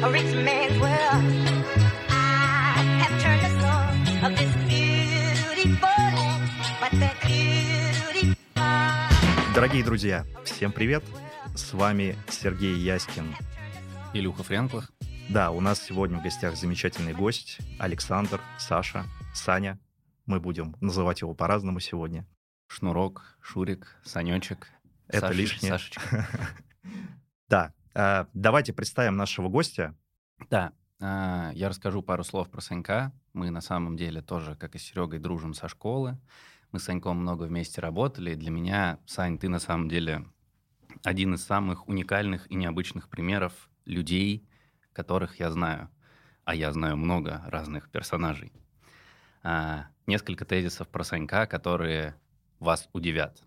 a rich man's world. I have turned the soul of this beautiful land, but that beautiful... Дорогие друзья, всем привет! С вами Сергей Яськин. Илюха Френклах. Да, у нас сегодня в гостях замечательный гость Александр, Саша, Саня. Мы будем называть его по-разному сегодня. Шнурок, Шурик, Санечек. Это Саша, лишнее. Сашечка. Да, давайте представим нашего гостя. Да, я расскажу пару слов про Санька. Мы на самом деле тоже, как и с Серегой, дружим со школы. Мы с Саньком много вместе работали. Для меня, Сань, ты на самом деле один из самых уникальных и необычных примеров людей, которых я знаю. А я знаю много разных персонажей. Несколько тезисов про Санька, которые вас удивят.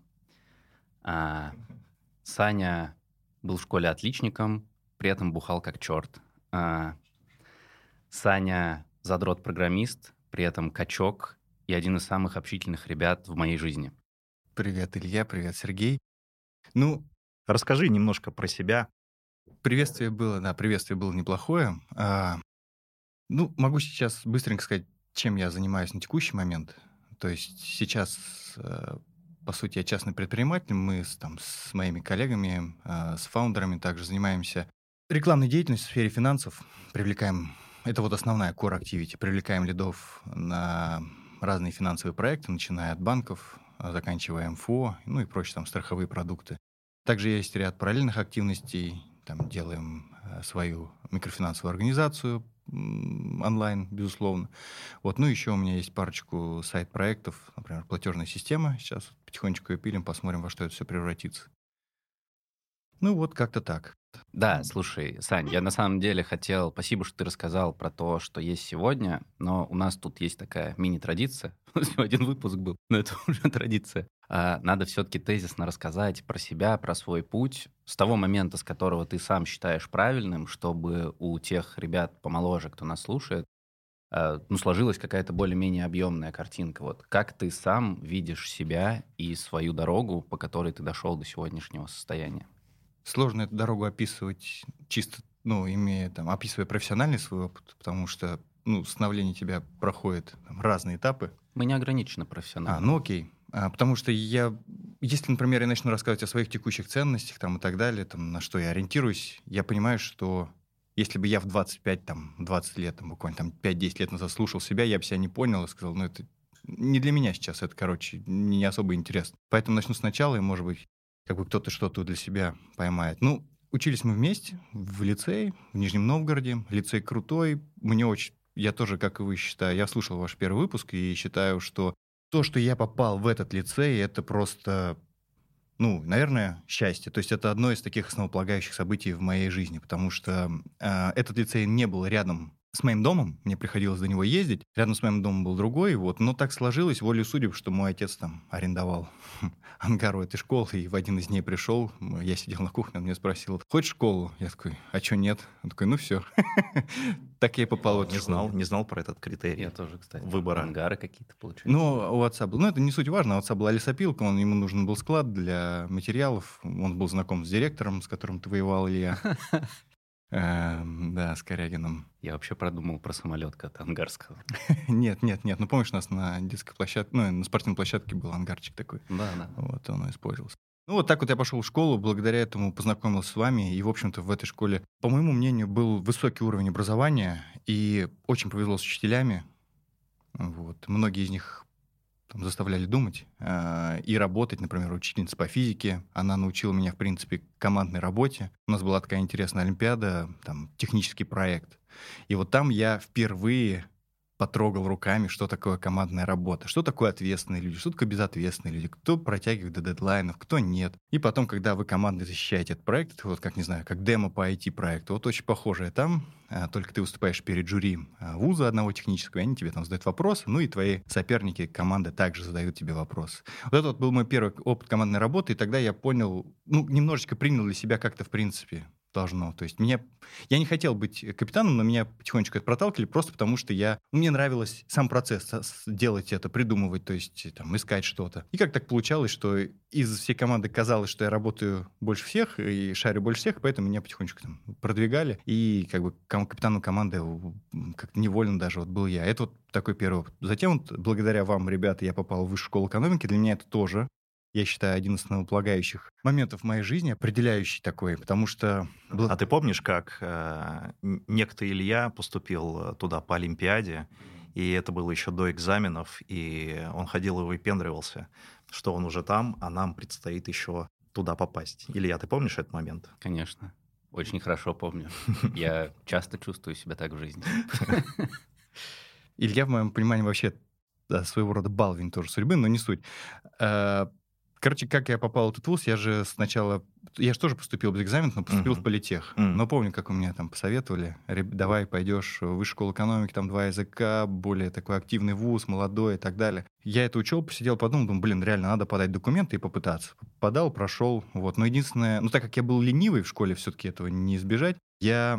Саня был в школе отличником, при этом бухал как черт. Саня задрот-программист, при этом качок и один из самых общительных ребят в моей жизни. Привет, Илья, привет, Сергей. Расскажи немножко про себя. Приветствие было неплохое. Могу сейчас быстренько сказать, чем я занимаюсь на текущий момент. То есть сейчас, по сути, я частный предприниматель. Мы с моими коллегами, с фаундерами также занимаемся рекламной деятельностью в сфере финансов. Это вот основная core activity. Привлекаем лидов на разные финансовые проекты, начиная от банков, заканчивая МФО, и прочие страховые продукты. Также есть ряд параллельных активностей. Делаем свою микрофинансовую организацию онлайн, безусловно. Еще у меня есть парочку сайт-проектов, например, платежная система. Сейчас потихонечку ее пилим, посмотрим, во что это все превратится. Как-то так. Да, слушай, Сань, я на самом деле хотел... Спасибо, что ты рассказал про то, что есть сегодня, но у нас тут есть такая мини-традиция. Всего один выпуск был, но это уже традиция. Надо все-таки тезисно рассказать про себя, про свой путь, с того момента, с которого ты сам считаешь правильным, чтобы у тех ребят помоложе, кто нас слушает, сложилась какая-то более-менее объемная картинка. Вот как ты сам видишь себя и свою дорогу, по которой ты дошел до сегодняшнего состояния? Сложно эту дорогу описывать чисто, описывая профессиональный свой опыт, потому что, становление тебя проходит разные этапы. Мы не ограничены профессионально. Окей. Потому что если, например, я начну рассказывать о своих текущих ценностях и так далее, на что я ориентируюсь, я понимаю, что если бы я в 25-20 лет, буквально 5-10 лет назад слушал себя, я бы себя не понял и сказал, это не для меня сейчас, это, не особо интересно. Поэтому начну сначала, и, может быть, кто-то что-то для себя поймает. Учились мы вместе в лицее в Нижнем Новгороде. Лицей крутой. Я тоже, как и вы, считаю, я слушал ваш первый выпуск и считаю, что то, что я попал в этот лицей, это просто, наверное, счастье. То есть это одно из таких основополагающих событий в моей жизни, потому что этот лицей не был рядом с моим домом, мне приходилось до него ездить. Рядом с моим домом был другой, но так сложилось волей судеб, что мой отец арендовал ангар у этой школы, и в один из дней пришел, я сидел на кухне, он меня спросил, хочешь школу? Я такой, а что нет? Он такой, все. Так я и попал в эту школу. Не знал про этот критерий. Я тоже, кстати. Выбора. Ангары какие-то получаются. У отца был, это не суть важно, у отца была лесопилка, ему нужен был склад для материалов, он был знаком с директором, с которым ты воевал, Илья. Да, с Корягиным. Я вообще продумал про самолет как-то ангарского. Нет. Помнишь, у нас на детской площадке, на спортивной площадке был ангарчик такой. Да. Он использовался. Так я пошел в школу, благодаря этому познакомился с вами, и, в общем-то, в этой школе, по моему мнению, был высокий уровень образования, и очень повезло с учителями. Многие из них заставляли думать и работать. Например, учительница по физике. Она научила меня, в принципе, командной работе. У нас была такая интересная олимпиада, технический проект. И там я впервые потрогал руками, что такое командная работа, что такое ответственные люди, что такое безответственные люди, кто протягивает до дедлайнов, кто нет. И потом, когда вы командой защищаете этот проект, как демо по IT-проекту, очень похожее там, только ты выступаешь перед жюри вуза одного технического, и они тебе задают вопросы, и твои соперники, команды также задают тебе вопросы. Это был мой первый опыт командной работы, и тогда я понял, немножечко принял для себя как-то, в принципе, должно. То есть я не хотел быть капитаном, но меня потихонечку это проталкивали просто потому, что мне нравилось сам процесс делать это, придумывать, то есть там, искать что-то. И как так получалось, что из всей команды казалось, что я работаю больше всех и шарю больше всех, поэтому меня потихонечку там продвигали. И как бы капитаном команды как-то невольно даже вот был я. Это вот такой первый опыт. Затем вот, благодаря вам, ребята, я попал в высшую школу экономики. Для меня это тоже, я считаю, один из основополагающих моментов в моей жизни, определяющий такой, потому что... А ты помнишь, как некто Илья поступил туда по Олимпиаде, и это было еще до экзаменов, и он ходил и выпендривался, что он уже там, а нам предстоит еще туда попасть. Илья, ты помнишь этот момент? Конечно. Очень хорошо помню. Я часто чувствую себя так в жизни. Илья, в моем понимании, вообще своего рода балвин тоже судьбы, но не суть. Короче, как я попал в этот вуз, я же тоже поступил без экзаменов, но поступил в политех. Но помню, как у меня там посоветовали, давай пойдешь в высшую школу экономики, там 2 языка, более такой активный вуз, молодой и так далее. Я это учел, посидел, подумал, думаю, реально, надо подать документы и попытаться. Подал, прошел, вот. Но единственное, так как я был ленивый в школе, все-таки этого не избежать, я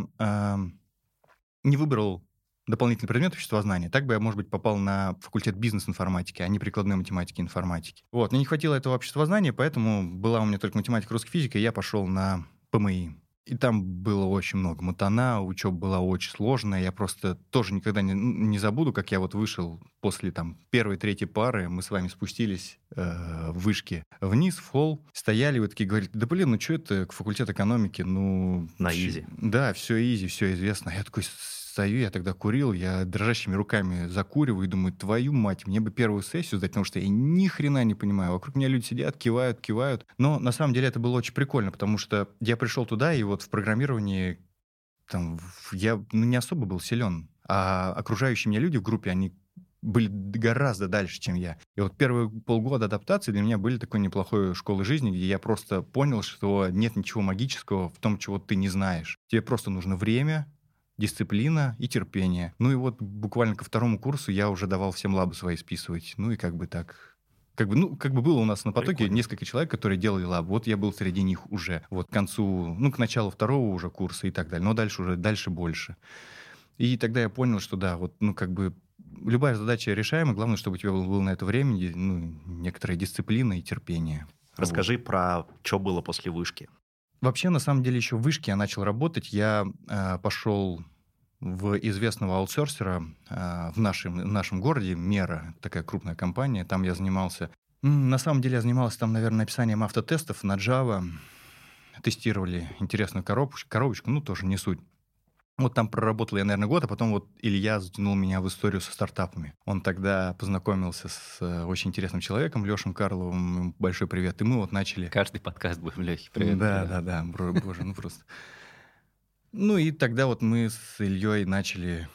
не выбрал дополнительный предмет обществознания. Так бы я, может быть, попал на факультет бизнес-информатики, а не прикладной математики и информатики. Вот, мне не хватило этого обществознания, поэтому была у меня только математика, русская физика, и я пошел на ПМИ. И там было очень много матана, учеба была очень сложная. Я просто тоже никогда не забуду, как я вот вышел после там первой, третьей пары, мы с вами спустились в вышке вниз, в холл, стояли, вы такие говорите, да блин, что это, факультет экономики, На изи. Да, все изи, все известно. Я такой стою, я тогда курил, я дрожащими руками закуриваю и думаю, твою мать, мне бы первую сессию сдать, потому что я ни хрена не понимаю. Вокруг меня люди сидят, кивают. Но на самом деле это было очень прикольно, потому что я пришел туда, и вот в программировании там, я не особо был силен, а окружающие меня люди в группе, они были гораздо дальше, чем я. И вот первые полгода адаптации для меня были такой неплохой школой жизни, где я просто понял, что нет ничего магического в том, чего ты не знаешь. Тебе просто нужно время, дисциплина и терпение. Ну и вот буквально ко 2 курсу я уже давал всем лабы свои списывать. Ну и как бы так... Как бы было у нас на потоке Прикольно. несколько человек, которые делали лаб. Вот я был среди них уже. Вот к концу, к началу 2 уже курса и так далее. Но дальше больше. И тогда я понял, что да, вот, любая задача решаема. Главное, чтобы у тебя было на это время, некоторая дисциплина и терпение. Расскажи про что было после вышки. Вообще, на самом деле, еще в вышке я начал работать. Я пошел в известного аутсорсера в нашем городе, Мера, такая крупная компания. Там я занимался... На самом деле, я занимался там, наверное, написанием автотестов на Java. Тестировали интересную коробочку, тоже не суть. Вот там проработал я, наверное, год, а потом вот Илья затянул меня в историю со стартапами. Он тогда познакомился с очень интересным человеком, Лешей Карловым. Ему большой привет. И мы вот начали... Каждый подкаст будем, Лехе, привет. Да. Боже, просто... И тогда вот мы с Ильей начали...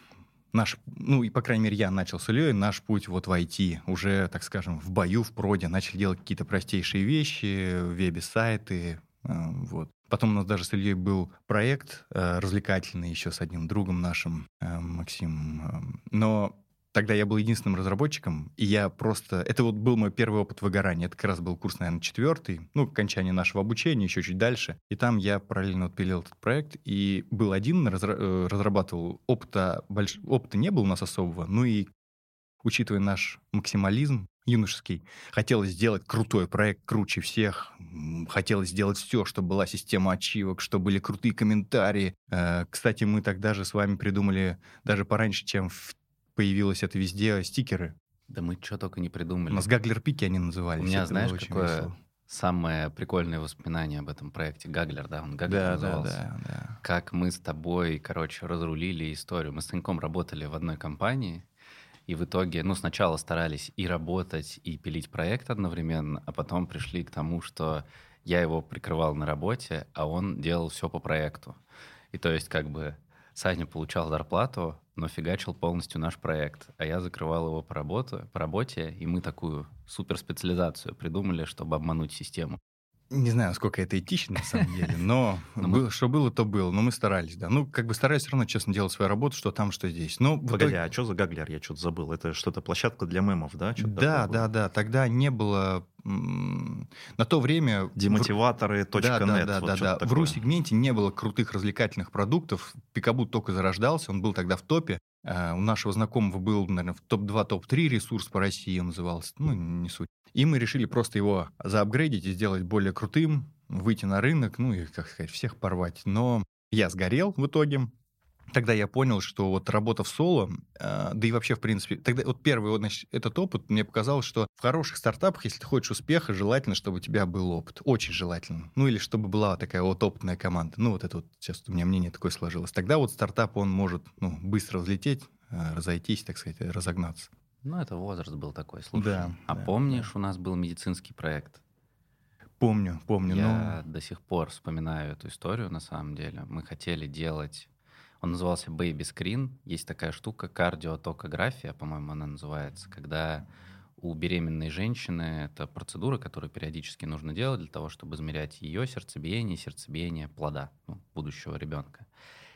и, по крайней мере, я начал с Ильей наш путь вот в IT. Уже, так скажем, в бою, в проде. Начали делать какие-то простейшие вещи, веб-сайты, вот. Потом у нас даже с Ильей был проект развлекательный еще с одним другом нашим, Максимом. Но тогда я был единственным разработчиком, и я просто... Это вот был мой первый опыт выгорания. Это как раз был курс, наверное, 4, окончание нашего обучения, еще чуть дальше. И там я параллельно пилил этот проект, и был один, разрабатывал. Опыта не было у нас особого, и учитывая наш максимализм юношеский, хотелось сделать крутой проект, круче всех. Хотелось сделать все, чтобы была система ачивок, чтобы были крутые комментарии. Кстати, мы тогда же с вами придумали, даже пораньше, чем появилось это везде, стикеры. Да мы что только не придумали. У нас гаглер-пики они назывались. У меня, это знаешь, было очень какое весело. самое прикольное воспоминание об этом проекте? Гаглер, да? Он Гаглер назывался. Да. Как мы с тобой, разрулили историю. Мы с Саньком работали в одной компании, и в итоге, сначала старались и работать, и пилить проект одновременно, а потом пришли к тому, что я его прикрывал на работе, а он делал все по проекту. И то есть Саня получал зарплату, но фигачил полностью наш проект, а я закрывал его по работе, и мы такую суперспециализацию придумали, чтобы обмануть систему. Не знаю, насколько это этично, на самом деле, но Но что было, то было. Но мы старались, да. Ну, как бы старались все равно честно делать свою работу, что там, что здесь. Но в Погоди, итоге... а что за Гаглер? Я что-то забыл. Это что-то площадка для мемов, да? Что-то Да, такое было? да. Тогда не было... На то время... Демотиваторы, Да, .нет, да. вот В что-то такое. RU-сегменте не было крутых развлекательных продуктов. Пикабу только зарождался, он был тогда в топе. У нашего знакомого был, наверное, в топ-2, топ-3 ресурс по России он назывался. Ну, не суть. И мы решили просто его заапгрейдить и сделать более крутым, выйти на рынок, ну и, как сказать, всех порвать. Но я сгорел в итоге. Тогда я понял, что вот работа в соло, да и вообще, в принципе, тогда вот первый вот, значит, этот опыт мне показал, что в хороших стартапах, если ты хочешь успеха, желательно, чтобы у тебя был опыт. Очень желательно. Ну или чтобы была такая вот опытная команда. Ну вот это вот сейчас у меня мнение такое сложилось. Тогда вот стартап, он может быстро взлететь, разойтись, так сказать, разогнаться. Ну, это возраст был такой, слушай. Да, А да, помнишь, у нас был медицинский проект? Помню, Я до сих пор вспоминаю эту историю, на самом деле. Мы хотели делать... Он назывался Baby Screen. Есть такая штука, кардиотокография, по-моему, она называется, когда у беременной женщины это процедура, которую периодически нужно делать для того, чтобы измерять ее сердцебиение плода, будущего ребенка.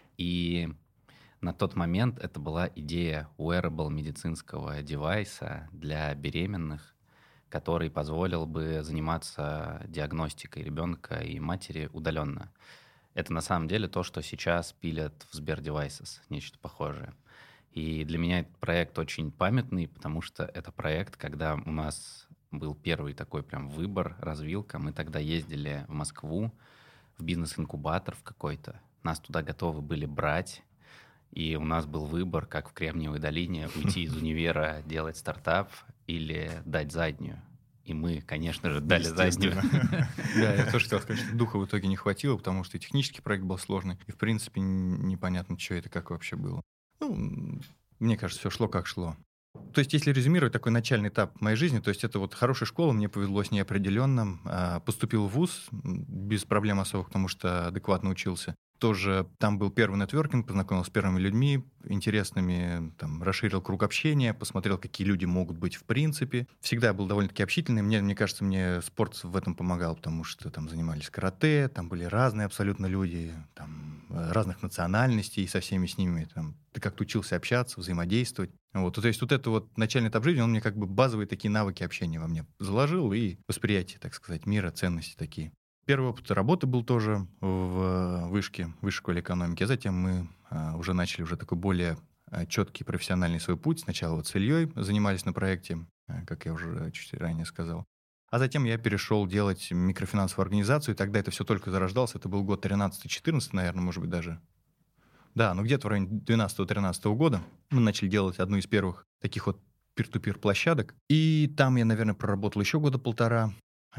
И на тот момент это была идея wearable медицинского девайса для беременных, который позволил бы заниматься диагностикой ребенка и матери удаленно. Это на самом деле то, что сейчас пилят в Сбердевайсес, нечто похожее. И для меня этот проект очень памятный, потому что это проект, когда у нас был первый такой прям выбор, развилка. Мы тогда ездили в Москву, в бизнес-инкубатор в какой-то. Нас туда готовы были брать. И у нас был выбор, как в Кремниевой долине, уйти из универа, делать стартап или дать заднюю. И мы, конечно же, дали заднюю. Да, я тоже хотел сказать, что духа в итоге не хватило, потому что и технический проект был сложный, и, в принципе, непонятно, что это, как вообще было. Ну, мне кажется, все шло как шло. То есть, если резюмировать такой начальный этап моей жизни, то есть это вот хорошая школа, мне повезло с ней определенно. Поступил в вуз без проблем особых, потому что адекватно учился. Тоже там был первый нетворкинг, познакомился с первыми людьми интересными, там, расширил круг общения, посмотрел, какие люди могут быть в принципе. Всегда был довольно-таки общительный. Мне кажется, мне спорт в этом помогал, потому что там занимались карате, там были разные абсолютно люди, там, разных национальностей, и со всеми с ними там, ты как-то учился общаться, взаимодействовать. Вот. То есть вот это вот начальный этап жизни, он мне как бы базовые такие навыки общения во мне заложил и восприятие, так сказать, мира, ценности такие. Первый опыт работы был тоже в вышке, в высшей школе экономики, а затем мы уже начали такой более четкий профессиональный свой путь. Сначала вот с Ильей занимались на проекте, как я уже чуть ранее сказал. А затем я перешел делать микрофинансовую организацию, и тогда это все только зарождалось. Это был год 13-14, наверное, может быть, даже. Да, ну где-то в районе 12-13 года мы начали делать одну из первых таких вот пир-ту-пир площадок. И там я, наверное, проработал еще года полтора.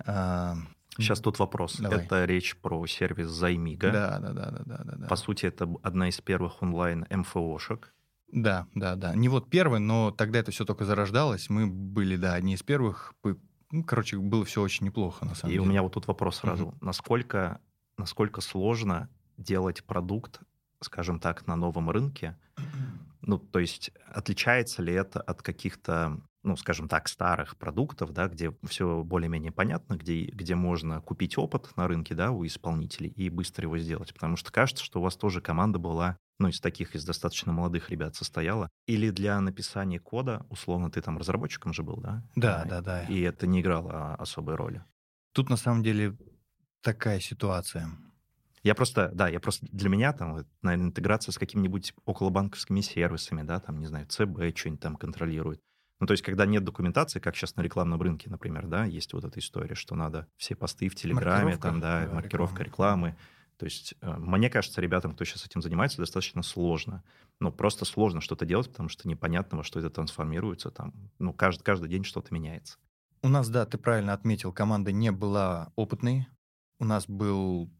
Сейчас тут вопрос. Давай. Это речь про сервис Займига. Да. По сути, это одна из первых онлайн МФОшек. Да. Не вот первый, но тогда это все только зарождалось. Мы были, да, одни из первых. Ну, короче, было все очень неплохо, на самом деле. И у меня вот тут вопрос сразу. Насколько сложно делать продукт, скажем так, на новом рынке? Ну, то есть отличается ли это от каких-то, ну, скажем так, старых продуктов, да, где все более-менее понятно, где можно купить опыт на рынке, да, у исполнителей и быстро его сделать? Потому что кажется, что у вас тоже команда была, ну, из достаточно молодых ребят состояла. Или для написания кода, условно, ты там разработчиком же был, да? Да. И это не играло особой роли. Тут, на самом деле, такая ситуация. Я просто, для меня там, наверное, интеграция с какими-нибудь околобанковскими сервисами, да, там, не знаю, ЦБ что-нибудь там контролирует. Ну, то есть, когда нет документации, как сейчас на рекламном рынке, например, да, есть вот эта история, что надо все посты в Телеграме, там, да, маркировка рекламы. То есть, мне кажется, ребятам, кто сейчас этим занимается, достаточно сложно. Ну, просто сложно что-то делать, потому что непонятно, во что это трансформируется, там, ну, каждый день что-то меняется. У нас, да, ты правильно отметил, команда не была опытной. У нас был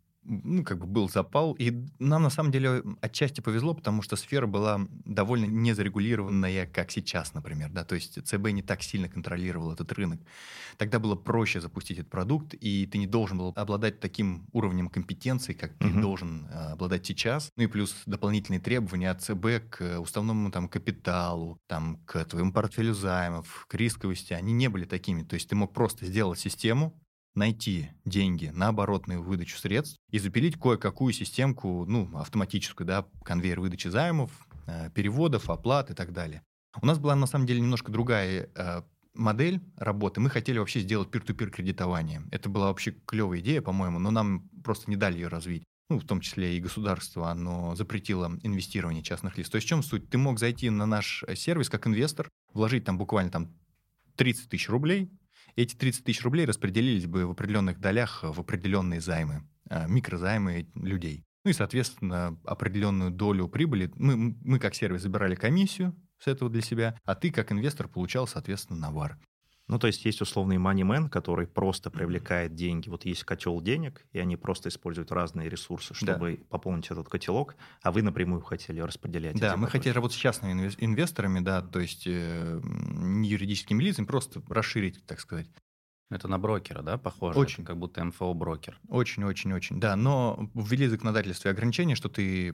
запал, и нам на самом деле отчасти повезло, потому что сфера была довольно незарегулированная, как сейчас, например, да, то есть ЦБ не так сильно контролировал этот рынок. Тогда было проще запустить этот продукт, и ты не должен был обладать таким уровнем компетенции, как ты должен обладать сейчас. Ну и плюс дополнительные требования от ЦБ к уставному там капиталу, там, к твоему портфелю займов, к рисковости, они не были такими. То есть ты мог просто сделать систему, найти деньги на оборотную выдачу средств и запилить кое-какую системку, автоматическую, да, конвейер выдачи займов, переводов, оплат и так далее. У нас была, на самом деле, немножко другая модель работы. Мы хотели вообще сделать peer-to-peer кредитование. Это была вообще клевая идея, по-моему, но нам просто не дали ее развить. В том числе и государство, оно запретило инвестирование частных лиц. То есть в чем суть? Ты мог зайти на наш сервис как инвестор, вложить там буквально 30 тысяч рублей. Эти 30 тысяч рублей распределились бы в определенных долях в определенные займы, микрозаймы людей. И, соответственно, определенную долю прибыли мы как сервис забирали комиссию с этого для себя, а ты как инвестор получал, соответственно, навар. То есть есть условный moneyman, который просто привлекает деньги. Вот есть котел денег, и они просто используют разные ресурсы, чтобы пополнить этот котелок, а вы напрямую хотели распределять. Да, мы хотели работать с частными инвесторами, да, то есть не юридическими лицами, просто расширить, так сказать. Это на брокера, да, похоже? Очень. Это как будто МФО-брокер. Очень, да. Но ввели в законодательстве ограничения, что ты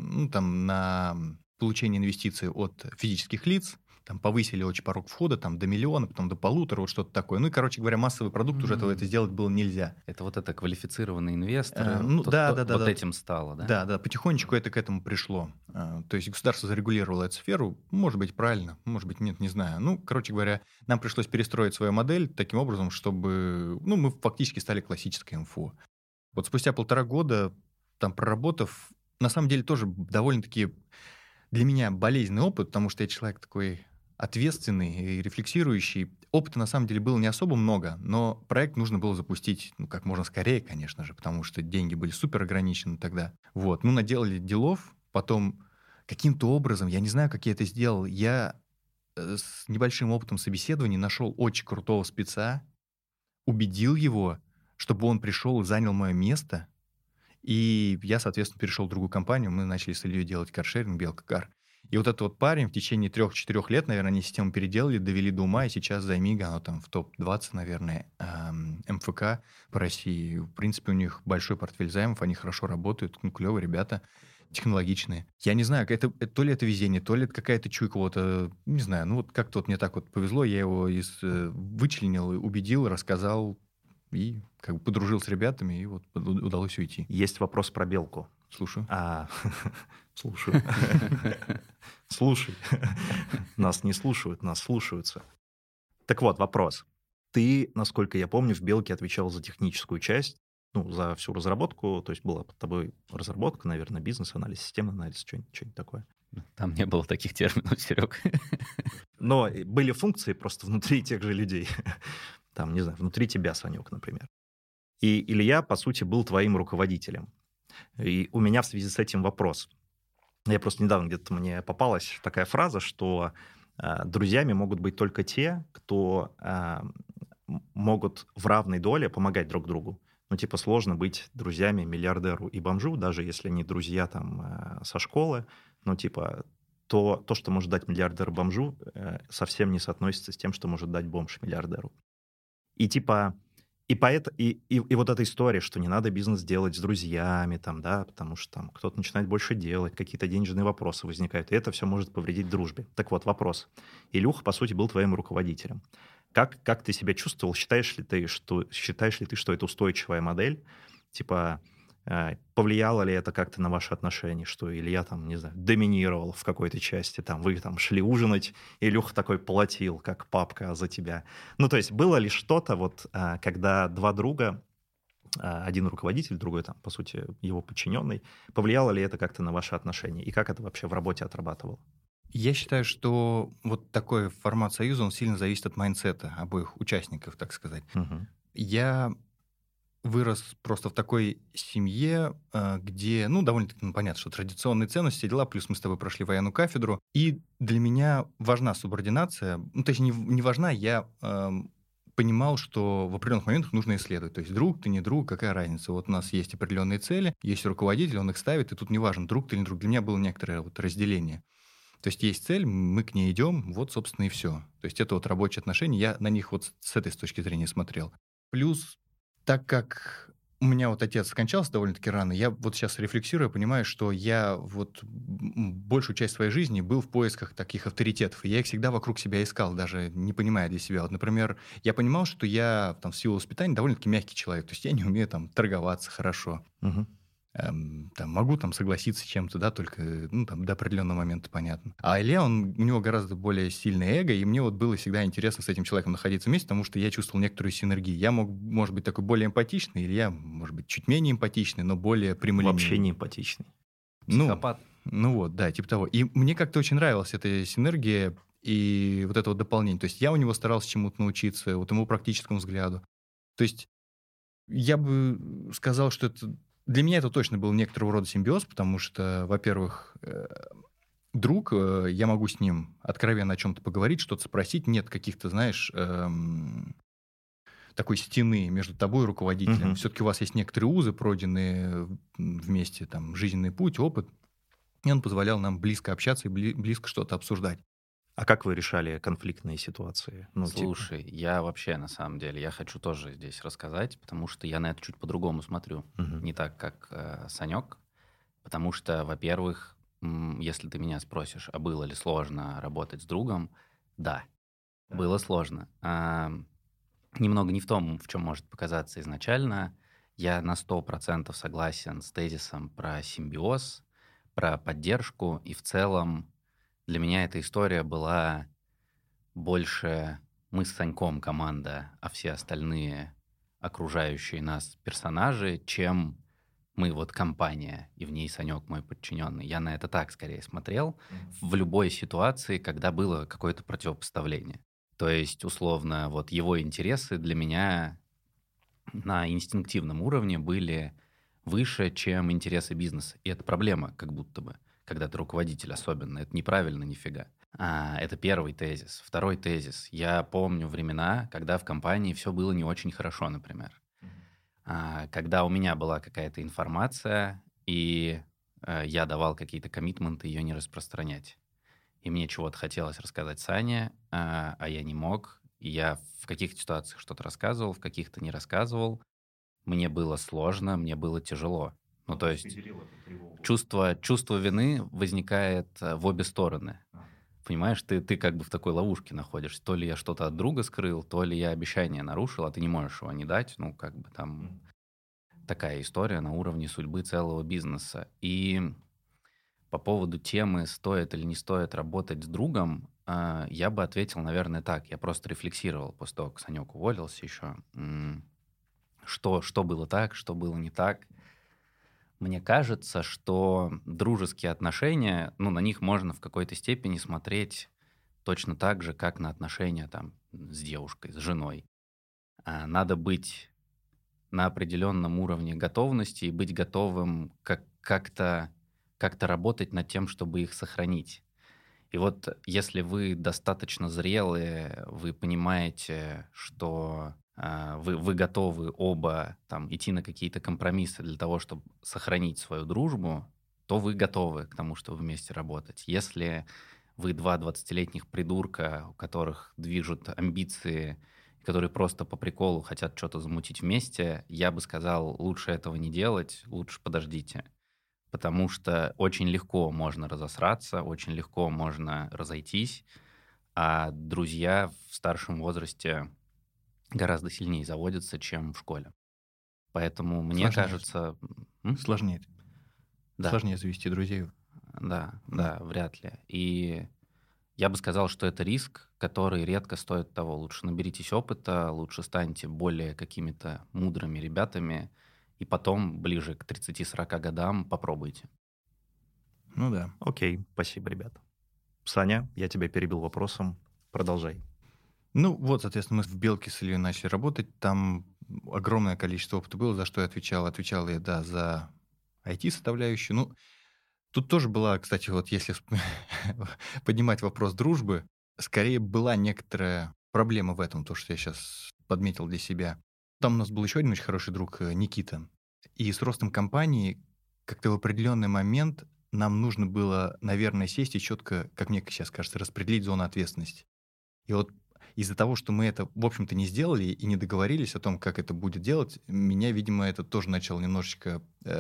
на получение инвестиций от физических лиц повысили очень порог входа до 1 миллиона, потом до 1,5, вот что-то такое. Короче говоря, массовый продукт уже этого это сделать было нельзя. Это вот это квалифицированные инвесторы. Да. Этим стало, да? Да, потихонечку это к этому пришло. То есть государство зарегулировало эту сферу. Может быть, правильно, может быть, нет, не знаю. Короче говоря, нам пришлось перестроить свою модель таким образом, чтобы мы фактически стали классической МФО. Вот спустя 1,5 года, проработав, на самом деле тоже довольно-таки для меня болезненный опыт, потому что я человек такой ответственный и рефлексирующий. Опыта, на самом деле, было не особо много, но проект нужно было запустить, как можно скорее, конечно же, потому что деньги были супер ограничены тогда. Наделали делов, потом каким-то образом, я не знаю, как я это сделал, я с небольшим опытом собеседований нашел очень крутого спеца, убедил его, чтобы он пришел и занял мое место, и я, соответственно, перешел в другую компанию, мы начали с Ильей делать каршеринг, Белка.Кар. И вот этот парень в течение 3-4 лет, наверное, они систему переделали, довели до ума, и сейчас Займига, оно в топ-20, наверное, МФК по России. В принципе, у них большой портфель займов, они хорошо работают, клевые ребята, технологичные. Я не знаю, то ли это везение, то ли это какая-то чуйка, не знаю, как-то мне так повезло, я его вычленил, убедил, рассказал, и подружил с ребятами, и удалось уйти. Есть вопрос про Белку. Слушаю. Слушаю. Слушай. Нас не слушают, нас слушаются. Так вот, вопрос. Ты, насколько я помню, в Белке отвечал за техническую часть, за всю разработку, то есть была под тобой разработка, наверное, бизнес-анализ, системный анализ, что-нибудь такое. Там не было таких терминов, Серег. Но были функции просто внутри тех же людей. Не знаю, внутри тебя, Санек, например. И Илья, по сути, был твоим руководителем. И у меня в связи с этим вопрос. Я просто недавно где-то мне попалась такая фраза, что друзьями могут быть только те, кто могут в равной доле помогать друг другу. Сложно быть друзьями миллиардеру и бомжу, даже если они друзья со школы. То, что может дать миллиардер бомжу, совсем не соотносится с тем, что может дать бомж миллиардеру. И вот эта история, что не надо бизнес делать с друзьями, потому что кто-то начинает больше делать, какие-то денежные вопросы возникают, и это все может повредить дружбе. Так вот, вопрос. Илюха, по сути, был твоим руководителем. Как ты себя чувствовал? Считаешь ли ты, что это устойчивая модель? Повлияло ли это как-то на ваши отношения, что Илья, доминировал в какой-то части, вы шли ужинать, и Илюха такой платил, как папка за тебя. То есть было ли что-то, когда два друга, один руководитель, другой, по сути, его подчиненный, повлияло ли это как-то на ваши отношения? И как это вообще в работе отрабатывало? Я считаю, что такой формат союза, он сильно зависит от майндсета обоих участников, так сказать. Угу. Я вырос просто в такой семье, где, довольно-таки понятно, что традиционные ценности, дела, плюс мы с тобой прошли военную кафедру, и для меня важна субординация, точнее, не важна, я понимал, что в определенных моментах нужно исследовать. То есть друг ты, не друг, какая разница? У нас есть определенные цели, есть руководитель, он их ставит, и тут неважно, друг ты или не друг. Для меня было некоторое разделение. То есть есть цель, мы к ней идем, собственно, и все. То есть это рабочие отношения, я на них с этой точки зрения смотрел. Плюс, так как у меня вот отец скончался довольно-таки рано. Я вот сейчас рефлексирую, понимаю, что я вот большую часть своей жизни был в поисках таких авторитетов. И я их всегда вокруг себя искал, даже не понимая для себя. Вот, например, я понимал, что я там в силу воспитания довольно-таки мягкий человек. То есть я не умею там торговаться хорошо. Мгм. Там, могу там согласиться с чем-то, да, только там, до определенного момента понятно. А Илья, у него гораздо более сильное эго, и мне вот было всегда интересно с этим человеком находиться вместе, потому что я чувствовал некоторую синергию. Я может быть, такой более эмпатичный, Илья, может быть, чуть менее эмпатичный, но более прямолинейный. Вообще не эмпатичный. Психопат. Ну вот, да, типа того. И мне как-то очень нравилась эта синергия и вот это вот дополнение. То есть я у него старался чему-то научиться, вот ему практическому взгляду. То есть я бы сказал, что для меня это точно был некоторого рода симбиоз, потому что, во-первых, друг, я могу с ним откровенно о чем-то поговорить, что-то спросить, нет каких-то, знаешь, такой стены между тобой и руководителем. Мгм. Все-таки у вас есть некоторые узы, пройденные вместе, там, жизненный путь, опыт, и он позволял нам близко общаться и близко что-то обсуждать. А как вы решали конфликтные ситуации? Ну, типа, Слушай, я вообще, на самом деле, я хочу тоже здесь рассказать, потому что я на это чуть по-другому смотрю. мгм. Не так, как Санек. Потому что, во-первых, если ты меня спросишь, а было ли сложно работать с другом, да, было сложно. Немного не в том, в чем может показаться изначально. Я на 100% согласен с тезисом про симбиоз, про поддержку. И в целом для меня эта история была больше мы с Саньком команда, а все остальные окружающие нас персонажи, чем мы вот компания, и в ней Санек мой подчиненный. Я на это так скорее смотрел в любой ситуации, когда было какое-то противопоставление. То есть, условно, вот его интересы для меня на инстинктивном уровне были выше, чем интересы бизнеса. И это проблема, как будто бы, когда ты руководитель особенно. Это неправильно нифига. Это первый тезис. Второй тезис. Я помню времена, когда в компании все было не очень хорошо, например. Когда у меня была какая-то информация, и я давал какие-то коммитменты ее не распространять. И мне чего-то хотелось рассказать Сане, а я не мог. И я в каких-то ситуациях что-то рассказывал, в каких-то не рассказывал. Мне было сложно, мне было тяжело. Ну, то есть чувство вины возникает в обе стороны. Понимаешь, ты как бы в такой ловушке находишься. То ли я что-то от друга скрыл, то ли я обещание нарушил, а ты не можешь его не дать. Ну, как бы там такая история на уровне судьбы целого бизнеса. И по поводу темы, стоит или не стоит работать с другом, я бы ответил, наверное, так. Я просто рефлексировал после того, как Санек уволился еще. Что было так, что было не так. Мне кажется, что дружеские отношения, ну, на них можно в какой-то степени смотреть точно так же, как на отношения там с девушкой, с женой. Надо быть на определенном уровне готовности и быть готовым как-то работать над тем, чтобы их сохранить. И вот если вы достаточно зрелые, вы понимаете, что вы готовы оба там, идти на какие-то компромиссы для того, чтобы сохранить свою дружбу, то вы готовы к тому, чтобы вместе работать. Если вы два 20-летних придурка, у которых движут амбиции, которые просто по приколу хотят что-то замутить вместе, я бы сказал, лучше этого не делать, лучше подождите. Потому что очень легко можно разосраться, очень легко можно разойтись, а друзья в старшем возрасте гораздо сильнее заводятся, чем в школе. Поэтому мне Сложнее. кажется... Сложнее. Да. Сложнее завести друзей. Да, вряд ли. И я бы сказал, что это риск, который редко стоит того. Лучше наберитесь опыта, лучше станьте более какими-то мудрыми ребятами, и потом, ближе к 30-40 годам, попробуйте. Ну да. Окей, спасибо, ребята. Саня, я тебя перебил вопросом. Продолжай. Ну вот, соответственно, мы в «Белке» с Ильей начали работать. Там огромное количество опыта было, за что я отвечал. Отвечал я, да, за IT-составляющую. Ну, тут тоже была, кстати, вот если поднимать вопрос дружбы, скорее была некоторая проблема в этом, то, что я сейчас подметил для себя. Там у нас был еще один очень хороший друг, Никита. И с ростом компании как-то в определенный момент нам нужно было, наверное, сесть и четко, как мне сейчас кажется, распределить зону ответственности. И вот из-за того, что мы это, в общем-то, не сделали и не договорились о том, как это будет делать, меня, видимо, это тоже начало немножечко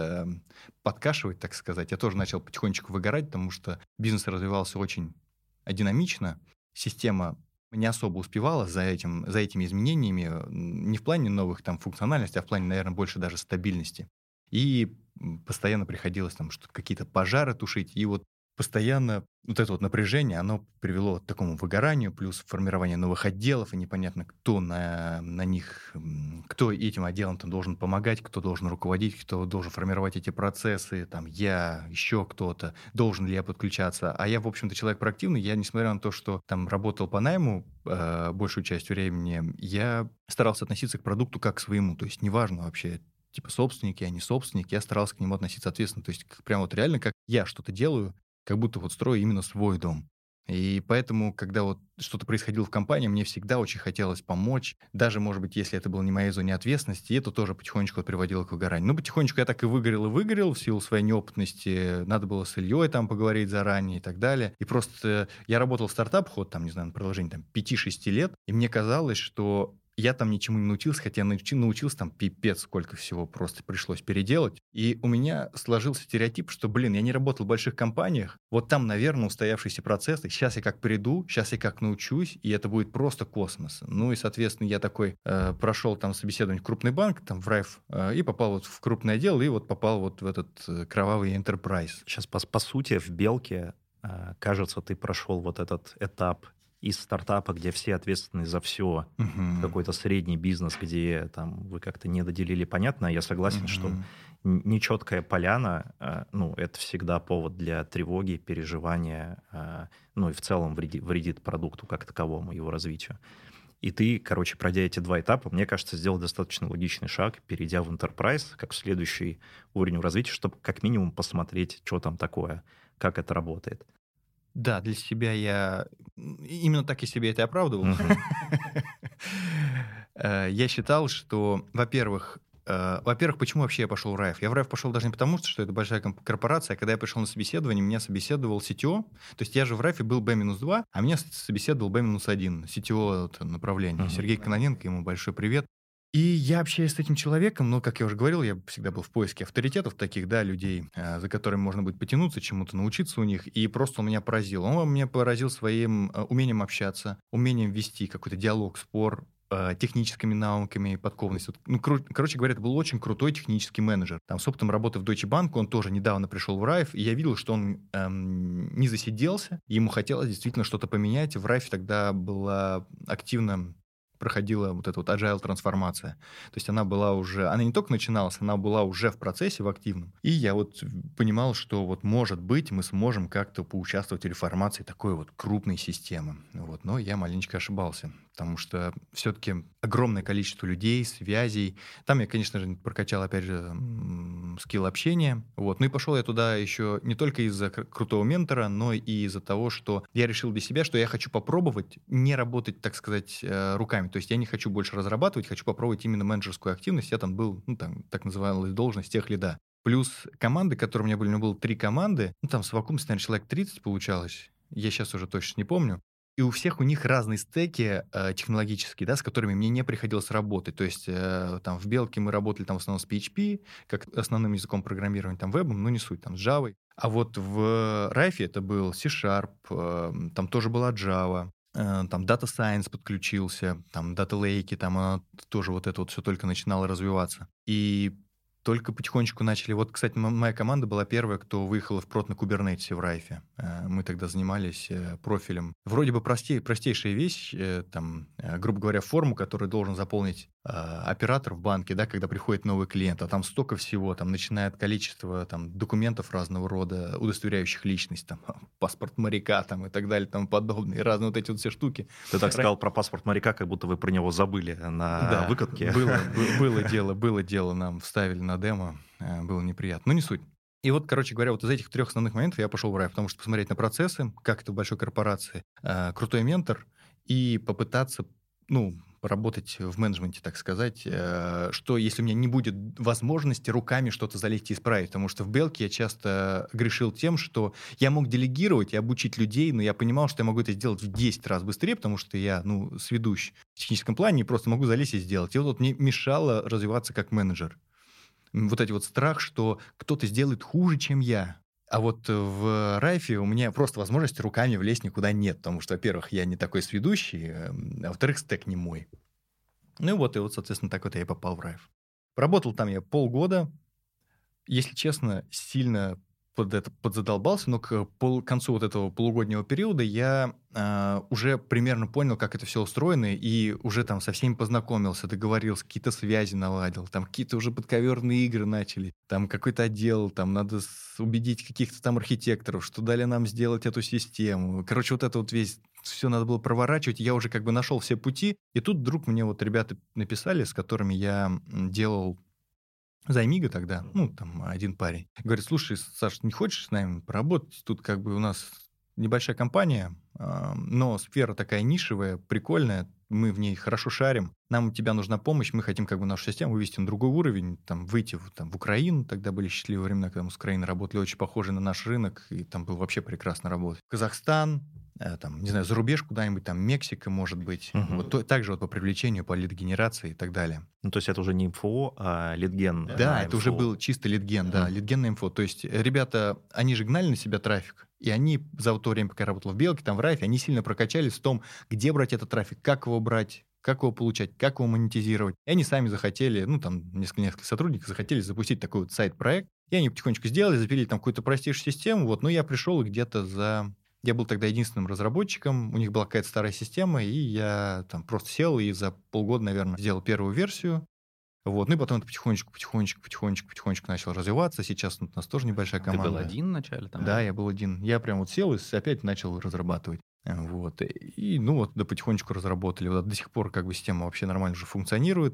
подкашивать, так сказать. Я тоже начал потихонечку выгорать, потому что бизнес развивался очень динамично, система не особо успевала за этими изменениями, не в плане новых там функциональностей, а в плане, наверное, больше даже стабильности. И постоянно приходилось там какие-то пожары тушить, и вот постоянно вот это вот напряжение, оно привело к такому выгоранию, плюс формирование новых отделов, и непонятно, кто на них, кто этим отделом-то должен помогать, кто должен руководить, кто должен формировать эти процессы, там, я, еще кто-то, должен ли я подключаться. А я, в общем-то, человек проактивный, я, несмотря на то, что там работал по найму большую часть времени, я старался относиться к продукту как к своему, то есть неважно вообще, типа собственники, а не собственники, я старался к нему относиться ответственно, то есть прям вот реально как я что-то делаю, как будто вот строю именно свой дом. И поэтому, когда вот что-то происходило в компании, мне всегда очень хотелось помочь, даже, может быть, если это было не моей зоне ответственности, и это тоже потихонечку приводило к выгоранию. Ну, потихонечку я так и выгорел в силу своей неопытности, надо было с Ильей там поговорить заранее и так далее. И просто я работал в стартапах, вот там, не знаю, на продолжении там 5-6 лет, и мне казалось, что я там ничему не научился, хотя я научился там пипец, сколько всего просто пришлось переделать. И у меня сложился стереотип, что, я не работал в больших компаниях, вот там, наверное, устоявшиеся процессы, сейчас я как приду, сейчас я как научусь, и это будет просто космос. Ну и, соответственно, я такой прошел там собеседование в крупный банк, там в Райф, и попал вот в крупное отдел, и вот попал вот в этот кровавый enterprise. Сейчас, по сути, в Белке, кажется, ты прошел вот этот этап из стартапа, где все ответственны за все, какой-то средний бизнес, где там вы как-то не доделили. Понятно, я согласен, что нечеткая поляна, это всегда повод для тревоги, переживания, и в целом вредит продукту как таковому, его развитию. И ты, пройдя эти 2 этапа, мне кажется, сделал достаточно логичный шаг, перейдя в Enterprise, как следующий уровень развития, чтобы как минимум посмотреть, что там такое, как это работает. Да, для себя я именно так и себе это оправдывал. Я считал, что, во-первых, почему вообще я пошел в Райф? Я в Райф пошел даже не потому, что это большая корпорация, а когда я пришел на собеседование, меня собеседовал CTO. То есть я же в Райфе был B-2, а меня собеседовал B-1, CTO направления. Сергей Кононенко, ему большой привет. И я общаюсь с этим человеком, как я уже говорил, я всегда был в поиске авторитетов таких, да, людей, за которыми можно будет потянуться, чему-то научиться у них, и просто он меня поразил. Он меня поразил своим умением общаться, умением вести какой-то диалог, спор, техническими навыками, подкованностью. Короче говоря, это был очень крутой технический менеджер. Там с опытом работы в Deutsche Bank, он тоже недавно пришел в Райф, и я видел, что он не засиделся, ему хотелось действительно что-то поменять. В Райфе тогда была активно проходила вот эта вот agile трансформация. То есть она не только начиналась, она была уже в процессе, в активном. И я вот понимал, что вот может быть мы сможем как-то поучаствовать в реформации такой вот крупной системы. Но я маленечко ошибался, потому что все-таки огромное количество людей, связей. Там я, конечно же, прокачал, опять же, скилл общения. Ну и пошел я туда еще не только из-за крутого ментора, но и из-за того, что я решил для себя, что я хочу попробовать не работать, так сказать, руками. То есть я не хочу больше разрабатывать, хочу попробовать именно менеджерскую активность. Я там был, так называемая должность техлида. Плюс команды, которые у меня были, 3 команды, там в совокупности, наверное, человек 30 получалось. Я сейчас уже точно не помню. И у всех у них разные стеки технологические, да, с которыми мне не приходилось работать. То есть там в Белке мы работали там в основном с PHP, как основным языком программирования, там вебом, не суть, там с Java. А вот в Райфе это был C#, там тоже была Java. Там Data Science подключился, там Data Lake, там тоже вот это вот все только начинало развиваться. И только потихонечку начали. Кстати, моя команда была первая, кто выехала впрод на Kubernetes в Райфе. Мы тогда занимались профилем. Вроде бы простейшая вещь, там, грубо говоря, форму, которую должен заполнить оператор в банке, да, когда приходит новый клиент, а там столько всего, там, начиная от количества там, документов разного рода, удостоверяющих личность, там, паспорт моряка там, и так далее, тому подобное, и разные вот эти вот все штуки. Ты так сказал про паспорт моряка, как будто вы про него забыли на выкатке. Было дело, нам вставили на демо, было неприятно, но не суть. И короче говоря, из этих 3 основных моментов я пошел в Райф, потому что посмотреть на процессы, как это в большой корпорации, крутой ментор, и попытаться, поработать в менеджменте, так сказать, что если у меня не будет возможности руками что-то залезть и исправить, потому что в Белке я часто грешил тем, что я мог делегировать и обучить людей, но я понимал, что я могу это сделать в 10 раз быстрее, потому что я, сведущ в техническом плане и просто могу залезть и сделать. И вот мне мешало развиваться как менеджер. Вот эти вот страх, что кто-то сделает хуже, чем я. А вот в Райфе у меня просто возможности руками влезть никуда нет, потому что, во-первых, я не такой сведущий, а во-вторых, стэк не мой. Ну и вот, соответственно, так вот я и попал в Райф. Поработал там я полгода. Если честно, сильно подзадолбался, но к концу вот этого полугоднего периода я уже примерно понял, как это все устроено, и уже там со всеми познакомился, договорился, какие-то связи наладил, там какие-то уже подковерные игры начали, там какой-то отдел, там надо убедить каких-то там архитекторов, что дали нам сделать эту систему. Короче, вот это вот все надо было проворачивать, я уже как бы нашел все пути, и тут вдруг мне вот ребята написали, с которыми я делал Займига тогда, там один парень, говорит: слушай, Саш, не хочешь с нами поработать? Тут как бы у нас небольшая компания, но сфера такая нишевая, прикольная, мы в ней хорошо шарим, нам у тебя нужна помощь, мы хотим как бы нашу систему вывести на другой уровень, там, выйти в Украину, тогда были счастливые времена, когда мы с Украиной работали, очень похожи на наш рынок, и там было вообще прекрасно работать. Казахстан, там, не знаю, за рубеж куда-нибудь, там, Мексика, может быть, вот также вот по привлечению, по лид-генерации и так далее. Ну, то есть это уже не МФО, а литген. Да, это уже был чисто литген, да, литген на инфо. То есть ребята, они же гнали на себя трафик, и они за то время, пока я работал в Белке, там в Райфе, они сильно прокачались в том, где брать этот трафик, как его брать, как его получать, как его монетизировать. И они сами захотели, там несколько сотрудников захотели запустить такой вот сайт-проект, и они потихонечку сделали, запилили там какую-то простейшую систему, но я пришел и где-то Я был тогда единственным разработчиком, у них была какая-то старая система, и я там просто сел и за полгода, наверное, сделал первую версию. Ну и потом это потихонечку начал развиваться. Сейчас у нас тоже небольшая команда. Ты был один вначале там? Да, я был один. Я прям вот сел и опять начал разрабатывать. И да потихонечку разработали. Вот до сих пор как бы система вообще нормально уже функционирует.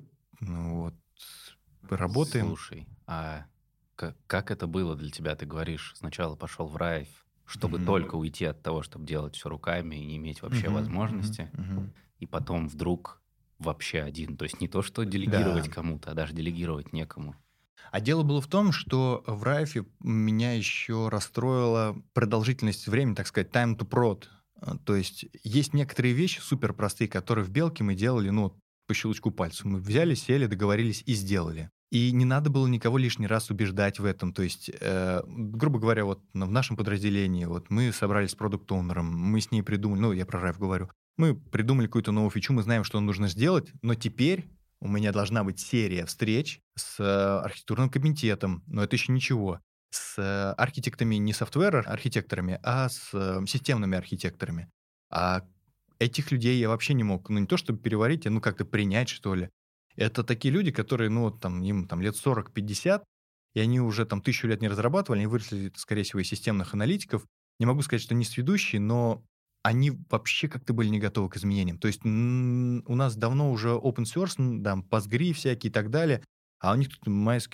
Работаем. Слушай, а как это было для тебя? Ты говоришь, сначала пошел в Райф, чтобы только уйти от того, чтобы делать все руками и не иметь вообще возможности. И потом вдруг вообще один. То есть не то, что делегировать кому-то, а даже делегировать некому. А дело было в том, что в Райфе меня еще расстроила продолжительность времени, так сказать, time to prod. То есть есть некоторые вещи супер простые, которые в Белке мы делали, по щелчку пальцев. Мы взяли, сели, договорились и сделали. И не надо было никого лишний раз убеждать в этом. То есть, грубо говоря, вот в нашем подразделении мы собрались с продукт-оунером, мы с ней придумали, я про Райф говорю, мы придумали какую-то новую фичу, мы знаем, что нужно сделать, но теперь у меня должна быть серия встреч с архитектурным комитетом, но это еще ничего, с архитектами, не софтвер-архитекторами, а с системными архитекторами. А этих людей я вообще не мог, не то чтобы переварить, а как-то принять, что ли. Это такие люди, которые, им лет 40-50, и они уже 1000 лет не разрабатывали, они выросли, скорее всего, из системных аналитиков. Не могу сказать, что они сведущие, но они вообще как-то были не готовы к изменениям. То есть у нас давно уже open source, Postgre всякие и так далее, а у них тут MS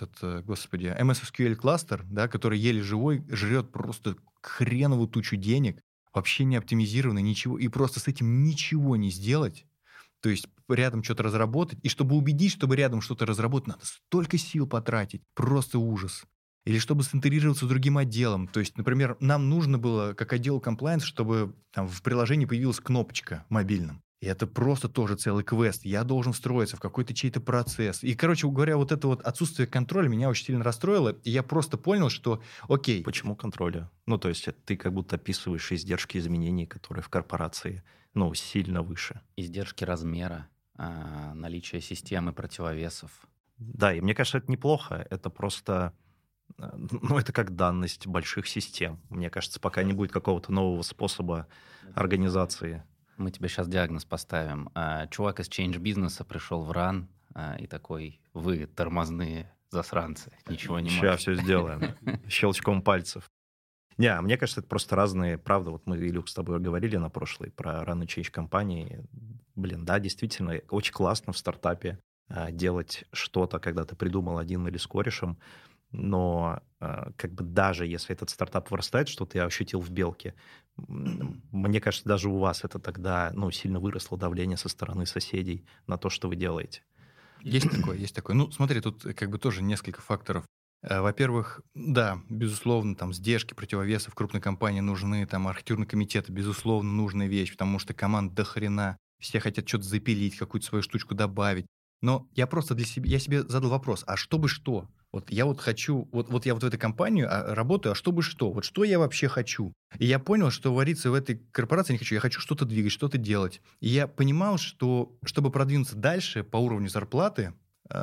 SQL кластер, который еле живой, жрет просто хреновую тучу денег, вообще не оптимизированный, ничего, и просто с этим ничего не сделать. То есть рядом что-то разработать, и чтобы убедить, чтобы рядом что-то разработать, надо столько сил потратить, просто ужас. Или чтобы синтегрироваться с другим отделом. То есть, например, нам нужно было, как отдел compliance, чтобы в приложении появилась кнопочка в мобильном. И это просто тоже целый квест. Я должен встроиться в какой-то чей-то процесс. И, короче говоря, вот это вот отсутствие контроля меня очень сильно расстроило. И я просто понял, что окей. Почему контроля? То есть ты как будто описываешь издержки изменений, которые в корпорации, сильно выше. Издержки размера, наличие системы противовесов. Да, и мне кажется, это неплохо. Это просто... это как данность больших систем. Мне кажется, пока не будет какого-то нового способа организации. Мы тебе сейчас диагноз поставим. Чувак из Change бизнеса пришел в RAN и такой: вы тормозные засранцы, ничего не можете. Сейчас все сделаем. Щелчком пальцев. Мне кажется, это просто разные... Правда, вот мы, Илюх, с тобой говорили на прошлой про RAN и Change компании. Да, действительно, очень классно в стартапе делать что-то, когда ты придумал один или с корешем, но даже если этот стартап вырастает, что-то я ощутил в Белке, Мне кажется, даже у вас это тогда, сильно выросло давление со стороны соседей на то, что вы делаете. Есть такое, есть такое. Ну, смотри, тут как бы тоже несколько факторов. Во-первых, да, безусловно, там сдержки, противовесы в крупной компании нужны, там архитектурный комитет, безусловно, нужная вещь, потому что команд до хрена, все хотят что-то запилить, какую-то свою штучку добавить. Но я просто я себе задал вопрос, а чтобы что? Вот я вот хочу, вот я вот в этой компании работаю, а чтобы что? Вот что я вообще хочу? И я понял, что вариться в этой корпорации не хочу. Я хочу что-то двигать, что-то делать. И я понимал, что чтобы продвинуться дальше по уровню зарплаты,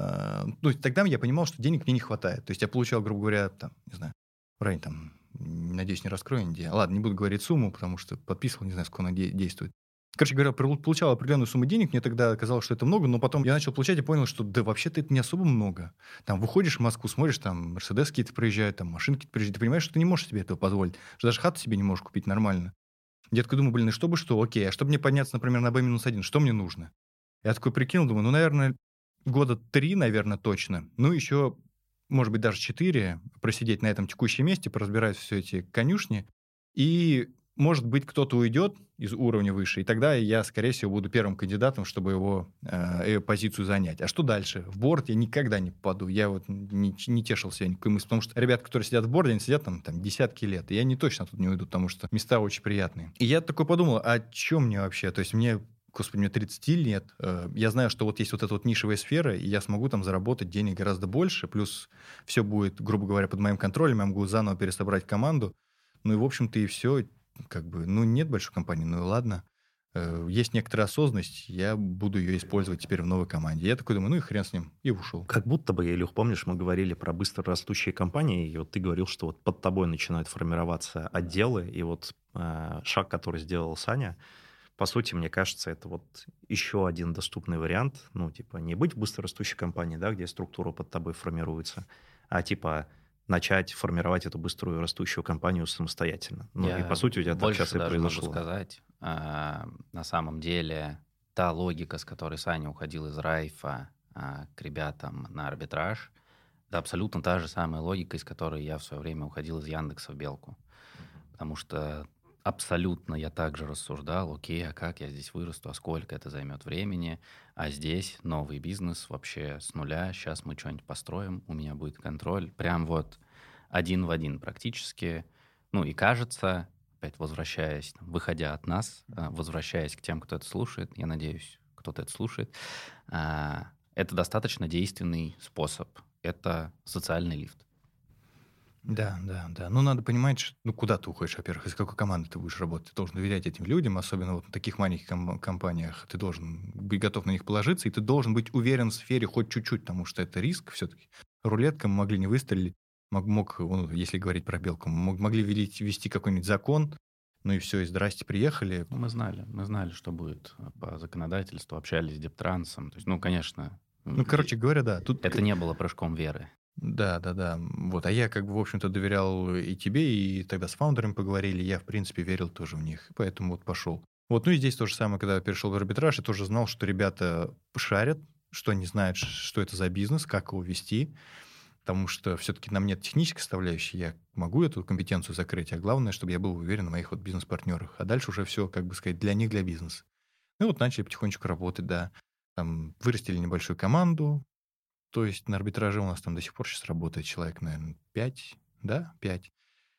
тогда я понимал, что денег мне не хватает. То есть я получал, грубо говоря, там, не знаю, в районе, там, надеюсь, не раскрою нигде. Ладно, не буду говорить сумму, потому что подписывал, не знаю, сколько она действует. Короче говоря, получал определенную сумму денег, мне тогда казалось, что это много, но потом я начал получать и понял, что да вообще-то это не особо много. Там выходишь в Москву, смотришь, там Мерседес какие-то проезжают, там машинки приезжают, ты понимаешь, что ты не можешь себе этого позволить, что даже хату себе не можешь купить нормально. Я такой думаю, и чтобы что, окей, а чтобы мне подняться, например, на B-1, что мне нужно? Я такой прикинул, думаю, наверное, года 3, наверное, точно, еще, может быть, даже 4 просидеть на этом текущем месте, поразбирать все эти конюшни, и может быть, кто-то уйдет из уровня выше, и тогда я, скорее всего, буду первым кандидатом, чтобы его позицию занять. А что дальше? В борд я никогда не попаду. Я вот не тешил себя никакой мыслью, потому что ребята, которые сидят в борде, они сидят там десятки лет, и они точно тут не уйдут, потому что места очень приятные. И я такой подумал, а что мне вообще? То есть Господи, мне 30 лет, я знаю, что вот есть вот эта вот нишевая сфера, и я смогу там заработать денег гораздо больше, плюс все будет, грубо говоря, под моим контролем, я могу заново пересобрать команду, и, в общем-то, и все. Нет большой компании, и ладно. Есть некоторая осознанность, я буду ее использовать теперь в новой команде. Я такой думаю, и хрен с ним, и ушел. Как будто бы, Илюх, помнишь, мы говорили про быстро растущие компании, и вот ты говорил, что вот под тобой начинают формироваться отделы, и вот шаг, который сделал Саня, по сути, мне кажется, это вот еще один доступный вариант, не быть в быстрорастущей компании, да, где структура под тобой формируется, а начать формировать эту быструю растущую компанию самостоятельно. И по сути у тебя так сейчас и произошло. Могу сказать, на самом деле та логика, с которой Саня уходил из Райфа к ребятам на арбитраж, это абсолютно та же самая логика, из которой я в свое время уходил из Яндекса в Белку. Потому что абсолютно я также рассуждал, окей, а как я здесь вырасту, а сколько это займет времени, а здесь новый бизнес вообще с нуля, сейчас мы что-нибудь построим, у меня будет контроль, прям вот один в один практически. И кажется, опять возвращаясь, выходя от нас, возвращаясь к тем, кто это слушает, я надеюсь, кто-то это слушает, это достаточно действенный способ, это социальный лифт. Да. Надо понимать, что, куда ты уходишь, во-первых, из какой команды ты будешь работать. Ты должен доверять этим людям, особенно вот в таких маленьких компаниях. Ты должен быть готов на них положиться, и ты должен быть уверен в сфере хоть чуть-чуть, потому что это риск все-таки. Рулетка мы могли не выстрелить. Если говорить про Белку, могли ввести какой-нибудь закон, и все, и здрасте, приехали. Мы знали, что будет по законодательству, общались с Дептрансом. То есть, конечно... короче говоря, да. Это не было прыжком веры. Да. Вот, а я в общем-то, доверял и тебе, и тогда с фаундерами поговорили, я, в принципе, верил тоже в них, поэтому пошел. И здесь то же самое, когда я перешел в арбитраж, я тоже знал, что ребята шарят, что они знают, что это за бизнес, как его вести, потому что все-таки на мне техническая составляющая, я могу эту компетенцию закрыть, а главное, чтобы я был уверен в моих бизнес-партнерах, а дальше уже все, для них, для бизнеса. Начали потихонечку работать, да, вырастили небольшую команду. То есть на арбитраже у нас там до сих пор сейчас работает человек, наверное, 5, да, 5.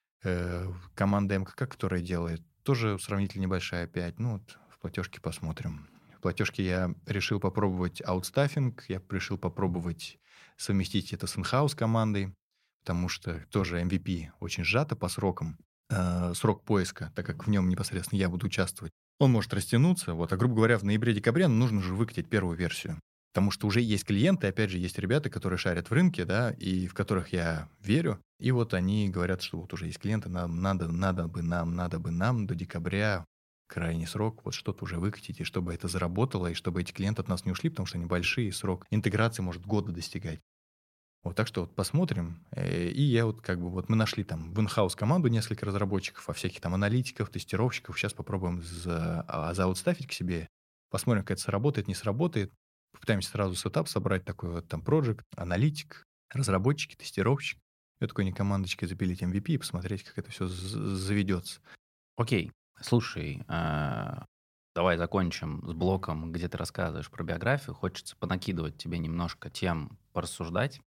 Команда МКК, которая делает, тоже сравнительно небольшая, 5. В платежке посмотрим. В платежке я решил попробовать аутстаффинг, я решил попробовать совместить это с in-house командой, потому что тоже MVP очень сжато по срокам. Срок поиска, так как в нем непосредственно я буду участвовать, он может растянуться. А грубо говоря, в ноябре-декабре нужно же выкатить первую версию. Потому что уже есть клиенты, опять же, есть ребята, которые шарят в рынке, да, и в которых я верю. И они говорят, что уже есть клиенты, нам надо бы нам до декабря, крайний срок, что-то уже выкатить, и чтобы это заработало, и чтобы эти клиенты от нас не ушли, потому что они большие, и срок интеграции может года достигать. Так что посмотрим. И я мы нашли там в in-house команду несколько разработчиков, всяких там аналитиков, тестировщиков. Сейчас попробуем заутстафить к себе. Посмотрим, как это сработает, не сработает. Попытаемся сразу сетап собрать, такой там проект, аналитик, разработчики, тестировщик. И такой не командочкой запилить MVP и посмотреть, как это все заведется. Окей. Слушай, давай закончим с блоком, где ты рассказываешь про биографию. Хочется понакидывать тебе немножко тем, порассуждать.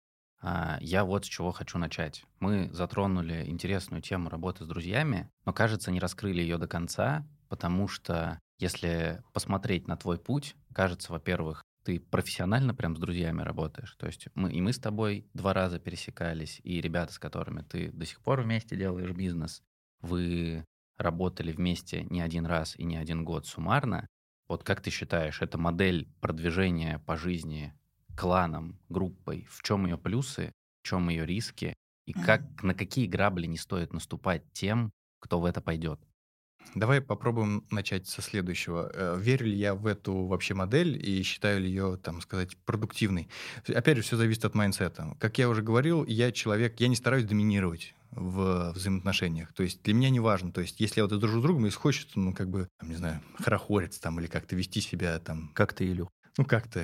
Я вот с чего хочу начать. Мы затронули интересную тему работы с друзьями, но, кажется, не раскрыли ее до конца, потому что если посмотреть на твой путь, кажется, во-первых, ты профессионально прям с друзьями работаешь. То есть мы с тобой 2 раза пересекались, и ребята, с которыми ты до сих пор вместе делаешь бизнес, вы работали вместе не 1 раз и не 1 год суммарно. Вот как ты считаешь, эта модель продвижения по жизни кланом, группой, в чем ее плюсы, в чем ее риски, и на какие грабли не стоит наступать тем, кто в это пойдет? Давай попробуем начать со следующего. Верю ли я в эту вообще модель и считаю ли ее, там сказать, продуктивной? Опять же, все зависит от майндсета. Как я уже говорил, я человек, я не стараюсь доминировать в взаимоотношениях. То есть для меня не важно. То есть если я вот дружу с другом, если хочется, ну, как бы, там, не знаю, хорохориться там или как-то вести себя там... Как ты, Илюх? Ну, как-то,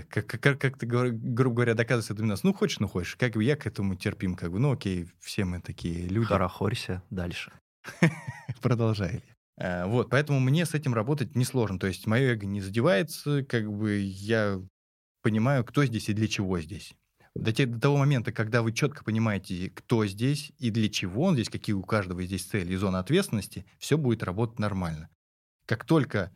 грубо говоря, доказывается доминацию. Ну, хочешь, ну, хочешь. Как бы я к этому терпим, как бы, ну, окей, все мы такие люди. Хорохорься дальше. Продолжай. Вот, поэтому мне с этим работать несложно. То есть мое эго не задевается, как бы я понимаю, кто здесь и для чего здесь. До того момента, когда вы четко понимаете, кто здесь и для чего он здесь, какие у каждого здесь цели и зоны ответственности, все будет работать нормально. Как только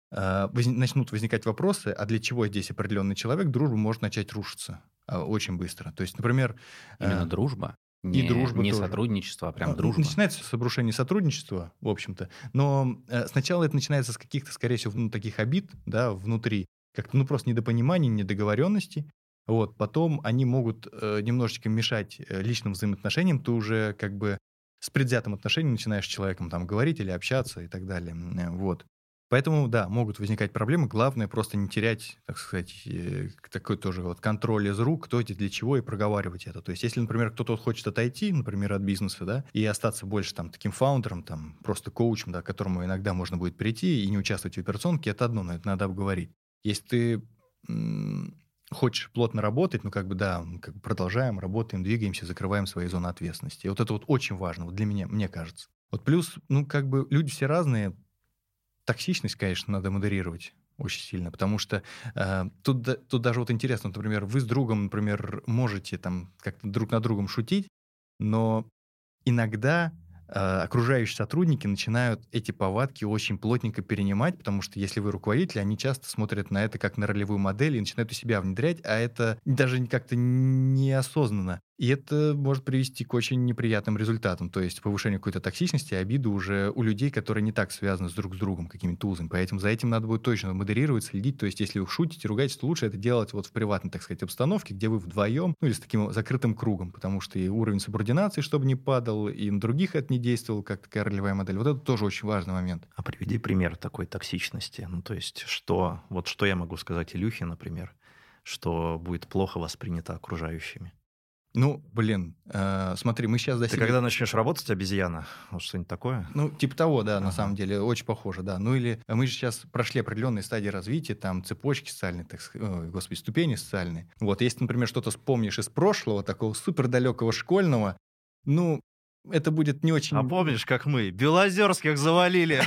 начнут возникать вопросы, а для чего здесь определенный человек, дружба может начать рушиться очень быстро. То есть, например... Именно дружба? И дружба не тоже. Сотрудничество, а прям дружба. Начинается с обрушения сотрудничества, в общем-то. Но сначала это начинается с каких-то, скорее всего, ну, таких обид, да, внутри. Как-то, ну, просто недопониманий, недоговоренностей. Вот. Потом они могут немножечко мешать личным взаимоотношениям. Ты уже как бы с предвзятым отношением начинаешь с человеком там говорить или общаться и так далее. Вот. Поэтому, да, могут возникать проблемы. Главное просто не терять, так сказать, такой тоже вот контроль из рук, кто эти для чего, и проговаривать это. То есть, если, например, кто-то хочет отойти, например, от бизнеса, да, и остаться больше там таким фаундером, там, просто коучем, да, к которому иногда можно будет прийти и не участвовать в операционке, это одно, но это надо обговорить. Если ты хочешь плотно работать, ну, как бы, да, как бы продолжаем, работаем, двигаемся, закрываем свои зоны ответственности. И вот это вот очень важно, вот для меня, мне кажется. Вот плюс, ну, как бы люди все разные. Токсичность, конечно, надо модерировать очень сильно, потому что тут даже вот интересно, например, вы с другом, например, можете там как-то друг над другом шутить, но иногда окружающие сотрудники начинают эти повадки очень плотненько перенимать, потому что если вы руководитель, они часто смотрят на это как на ролевую модель и начинают у себя внедрять, а это даже как-то неосознанно. И это может привести к очень неприятным результатам, то есть повышению какой-то токсичности, обиды уже у людей, которые не так связаны друг с другом какими-то узами. Поэтому за этим надо будет точно модерировать, следить. То есть если вы шутите, ругаетесь, то лучше это делать вот в приватной, так сказать, обстановке, где вы вдвоем, ну или с таким закрытым кругом, потому что и уровень субординации, чтобы не падал, и на других это не действовало, как такая ролевая модель. Вот это тоже очень важный момент. А приведи пример такой токсичности. Ну, то есть что я могу сказать Илюхе, например, что будет плохо воспринято окружающими? Ну, блин, смотри, мы сейчас... Ты когда начнешь работать, обезьяна? Вот что-нибудь такое? Ну, типа того, да, на самом деле, очень похоже, да. Ну, или мы же сейчас прошли определенные стадии развития, там, цепочки социальные, так сказать, господи, ступени социальные. Вот, если, например, что-то вспомнишь из прошлого, такого супердалекого школьного, ну, это будет не очень... А помнишь, как мы Белозерских завалили?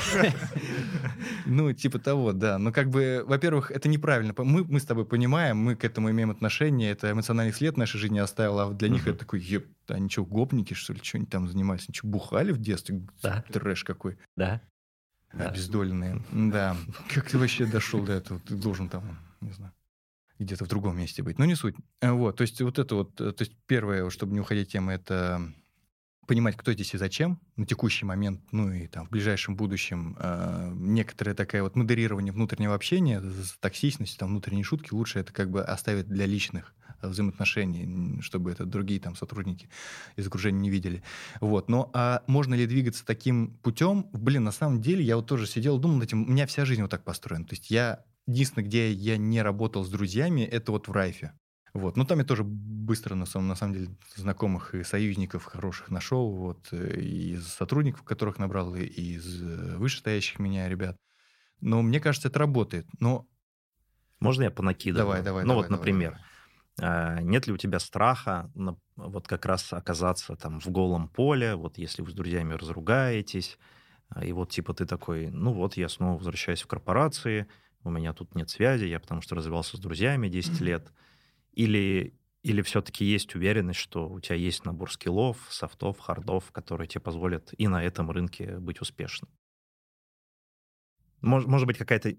Ну, типа того, да. Но как бы, во-первых, это неправильно. Мы с тобой понимаем, мы к этому имеем отношение, это эмоциональный след в нашей жизни оставил, а для них это такой, они что, гопники, что ли, что-нибудь там занимались? Они что, бухали в детстве? Да. Трэш какой. Да. Обездоленные. Да. Как ты вообще дошел до этого? Ты должен там, не знаю, где-то в другом месте быть. Но не суть. Вот, то есть вот это вот, то есть первое, чтобы не уходить от темы, это понимать, кто здесь и зачем на текущий момент, ну и там в ближайшем будущем некоторое такое вот модерирование внутреннего общения, токсичность, там внутренние шутки, лучше это как бы оставить для личных взаимоотношений, чтобы это другие там сотрудники из окружения не видели. Вот. Но а можно ли двигаться таким путем? Блин, на самом деле я вот тоже сидел, думал над этим, у меня вся жизнь вот так построена. То есть единственное, где я не работал с друзьями, это вот в Райфе. Вот. Ну, там я тоже быстро, на самом деле, знакомых и союзников хороших нашел, вот, и из сотрудников, которых набрал, и из вышестоящих меня ребят. Но мне кажется, это работает. Но... Можно я понакидываю? Давай. Ну, вот, например, нет ли у тебя страха вот как раз оказаться там в голом поле, вот если вы с друзьями разругаетесь, И вот типа ты такой, ну вот я снова возвращаюсь в корпорации, у меня тут нет связи, я потому что развивался с друзьями 10 лет. Или все-таки есть уверенность, что у тебя есть набор скиллов, софтов, хардов, которые тебе позволят и на этом рынке быть успешным? Может быть, какая-то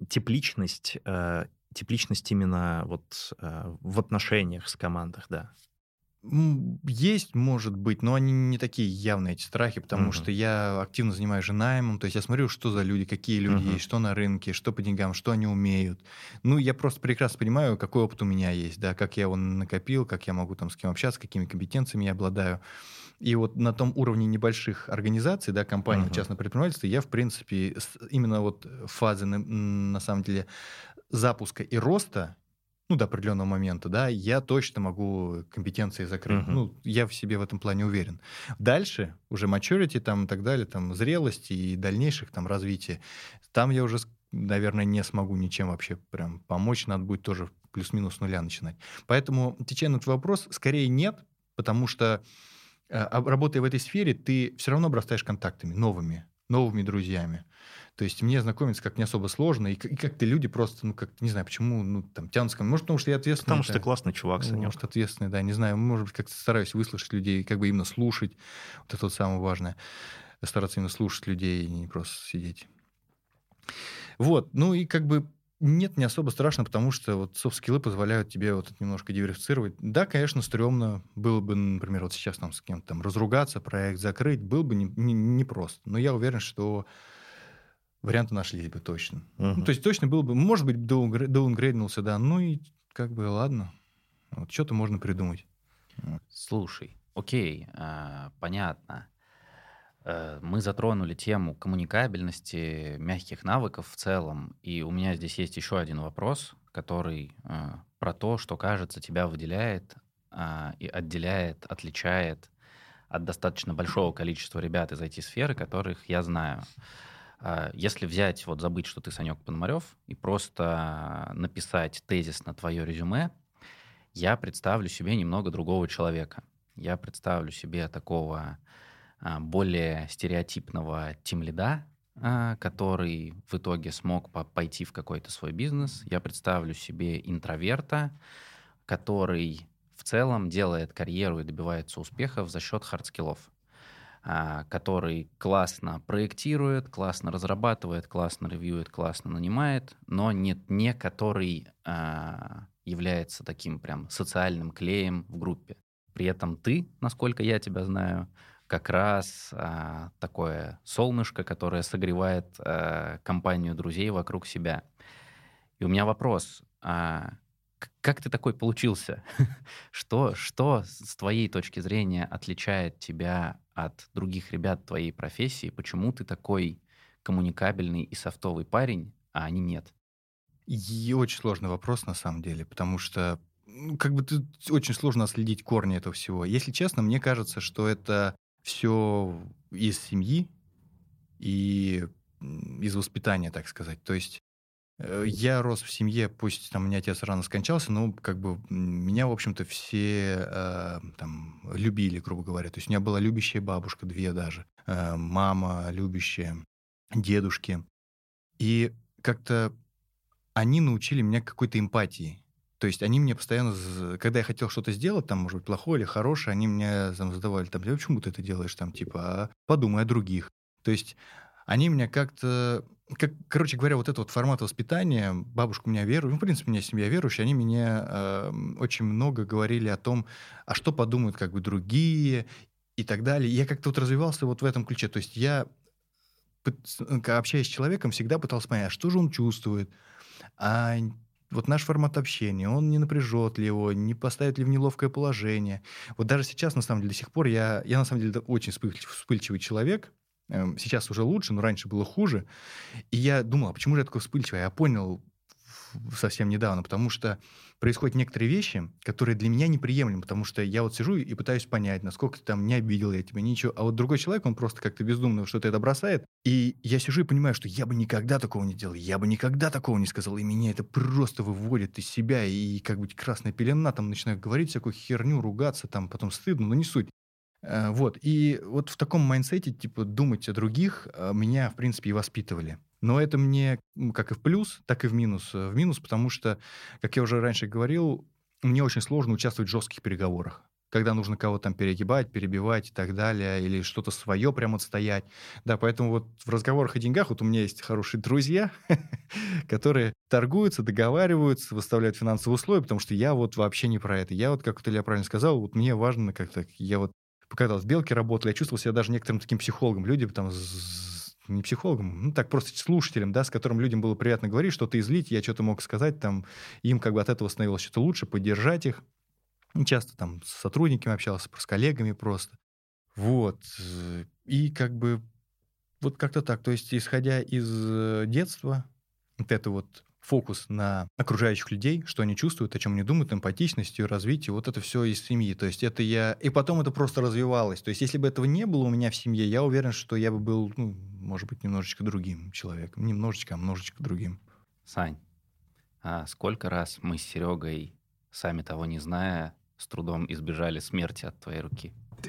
тепличность именно вот в отношениях с командах, да. Есть, может быть, но они не такие явные, эти страхи, потому что я активно занимаюсь же наймом, то есть я смотрю, что за люди, какие люди Мгм. есть, что на рынке, что по деньгам, что они умеют. Ну, я просто прекрасно понимаю, какой опыт у меня есть, да, как я его накопил, как я могу там с кем общаться, какими компетенциями я обладаю. И вот на том уровне небольших организаций, да, компаний, Мгм. частного предпринимательства, я, в принципе, именно вот фазы, на самом деле, запуска и роста, ну, до определенного момента, да, я точно могу компетенции закрыть. Мгм. Ну, я в себе в этом плане уверен. Дальше уже maturity там и так далее, там зрелость и дальнейших там развития, там я уже, наверное, не смогу ничем вообще прям помочь, надо будет тоже плюс-минус с нуля начинать. Поэтому, отвечая на твой вопрос, скорее нет, потому что работая в этой сфере, ты все равно обрастаешь контактами новыми друзьями. То есть мне знакомиться как не особо сложно, и как-то люди просто, ну, как не знаю, почему, ну, там, тянутся ко мне. Может, потому что я ответственный. Потому что ты классный чувак, Санек. Может, ответственный, да, не знаю. Может быть, как-то стараюсь выслушать людей, как бы именно слушать. Вот это вот самое важное. Стараться именно слушать людей, и не просто сидеть. Вот, ну и как бы нет, не особо страшно, потому что вот софт-скиллы позволяют тебе вот это немножко диверсифицировать. Да, конечно, стрёмно было бы, например, вот сейчас там с кем-то там разругаться, проект закрыть, было бы непросто. Но я уверен, что варианты нашлись бы точно. Ну, Мгм. то есть точно было бы, может быть, даунгрейднулся, да, ну и как бы ладно, вот что-то можно придумать. Слушай, окей, понятно. Мы затронули тему коммуникабельности, мягких навыков в целом, и у меня здесь есть еще один вопрос, который про то, что, кажется, тебя выделяет и отделяет, отличает от достаточно большого количества ребят из IT-сферы, которых я знаю. Если взять, вот забыть, что ты Санек Пономарев, и просто написать тезис на твое резюме, я представлю себе немного другого человека. Я представлю себе такого более стереотипного тимлида, который в итоге смог пойти в какой-то свой бизнес. Я представлю себе интроверта, который в целом делает карьеру и добивается успехов за счет хардскиллов, который классно проектирует, классно разрабатывает, классно ревьюет, классно нанимает, но не который является таким прям социальным клеем в группе. При этом ты, насколько я тебя знаю, как раз такое солнышко, которое согревает компанию друзей вокруг себя. И у меня вопрос, как ты такой получился? Что с твоей точки зрения отличает тебя от других ребят твоей профессии? Почему ты такой коммуникабельный и софтовый парень, а они нет? И очень сложный вопрос, на самом деле, потому что как бы тут очень сложно отследить корни этого всего. Если честно, мне кажется, что это все из семьи и из воспитания, так сказать. То есть я рос в семье, пусть там у меня отец рано скончался, но как бы меня, в общем-то, все там любили, грубо говоря. То есть у меня была любящая бабушка, 2 даже, мама любящая, дедушки. И как-то они научили меня какой-то эмпатии. То есть они мне постоянно, когда я хотел что-то сделать, там, может быть, плохое или хорошее, они мне там задавали, там, почему ты это делаешь, там, типа, подумай о других. То есть они меня как-то, короче говоря, вот этот вот формат воспитания, бабушка у меня верующая, ну, в принципе, у меня семья верующая, они мне очень много говорили о том, а что подумают как бы другие и так далее. И я как-то вот развивался вот в этом ключе. То есть я, общаясь с человеком, всегда пытался понять, а что же он чувствует, а вот наш формат общения, он не напряжет ли его, не поставит ли в неловкое положение. Вот даже сейчас, на самом деле, до сих пор я на самом деле очень вспыльчивый человек. Сейчас уже лучше, но раньше было хуже. И я думал, а почему же я такой вспыльчивый? Я понял совсем недавно, потому что происходят некоторые вещи, которые для меня неприемлемы, потому что я вот сижу и пытаюсь понять, насколько ты там не обидел я тебя, ничего. А вот другой человек, он просто как-то бездумно что-то это бросает, и я сижу и понимаю, что я бы никогда такого не делал, я бы никогда такого не сказал, и меня это просто выводит из себя, и как бы красная пелена, там начинаю говорить всякую херню, ругаться, там потом стыдно, но не суть. Вот. И вот в таком майндсете, типа, думать о других, меня, в принципе, и воспитывали. Но это мне как и в плюс, так и в минус. В минус, потому что, как я уже раньше говорил, мне очень сложно участвовать в жестких переговорах. Когда нужно кого-то там перегибать, перебивать и так далее, или что-то свое прям отстоять. Да, поэтому вот в разговорах о деньгах вот у меня есть хорошие друзья, которые торгуются, договариваются, выставляют финансовые условия, потому что я вот вообще не про это. Я вот, как вот Илья правильно сказал, вот мне важно как-то, я вот когда в Белке работал, я чувствовал себя даже некоторым таким психологом. Люди там, не психологом, ну так просто слушателем, да, с которым людям было приятно говорить, что-то излить, я что-то мог сказать, там, им как бы от этого становилось что-то лучше, поддержать их. И часто там с сотрудниками общался, с коллегами просто. Вот. И как бы вот как-то так. То есть, исходя из детства, вот это вот фокус на окружающих людей, что они чувствуют, о чем они думают, эмпатичностью, развитию, вот это все из семьи. То есть это я... И потом это просто развивалось. То есть если бы этого не было у меня в семье, я уверен, что я бы был, ну, может быть, немножечко другим человеком. Немножечко, а множечко другим. Сань, а сколько раз мы с Серегой, сами того не зная, с трудом избежали смерти от твоей руки?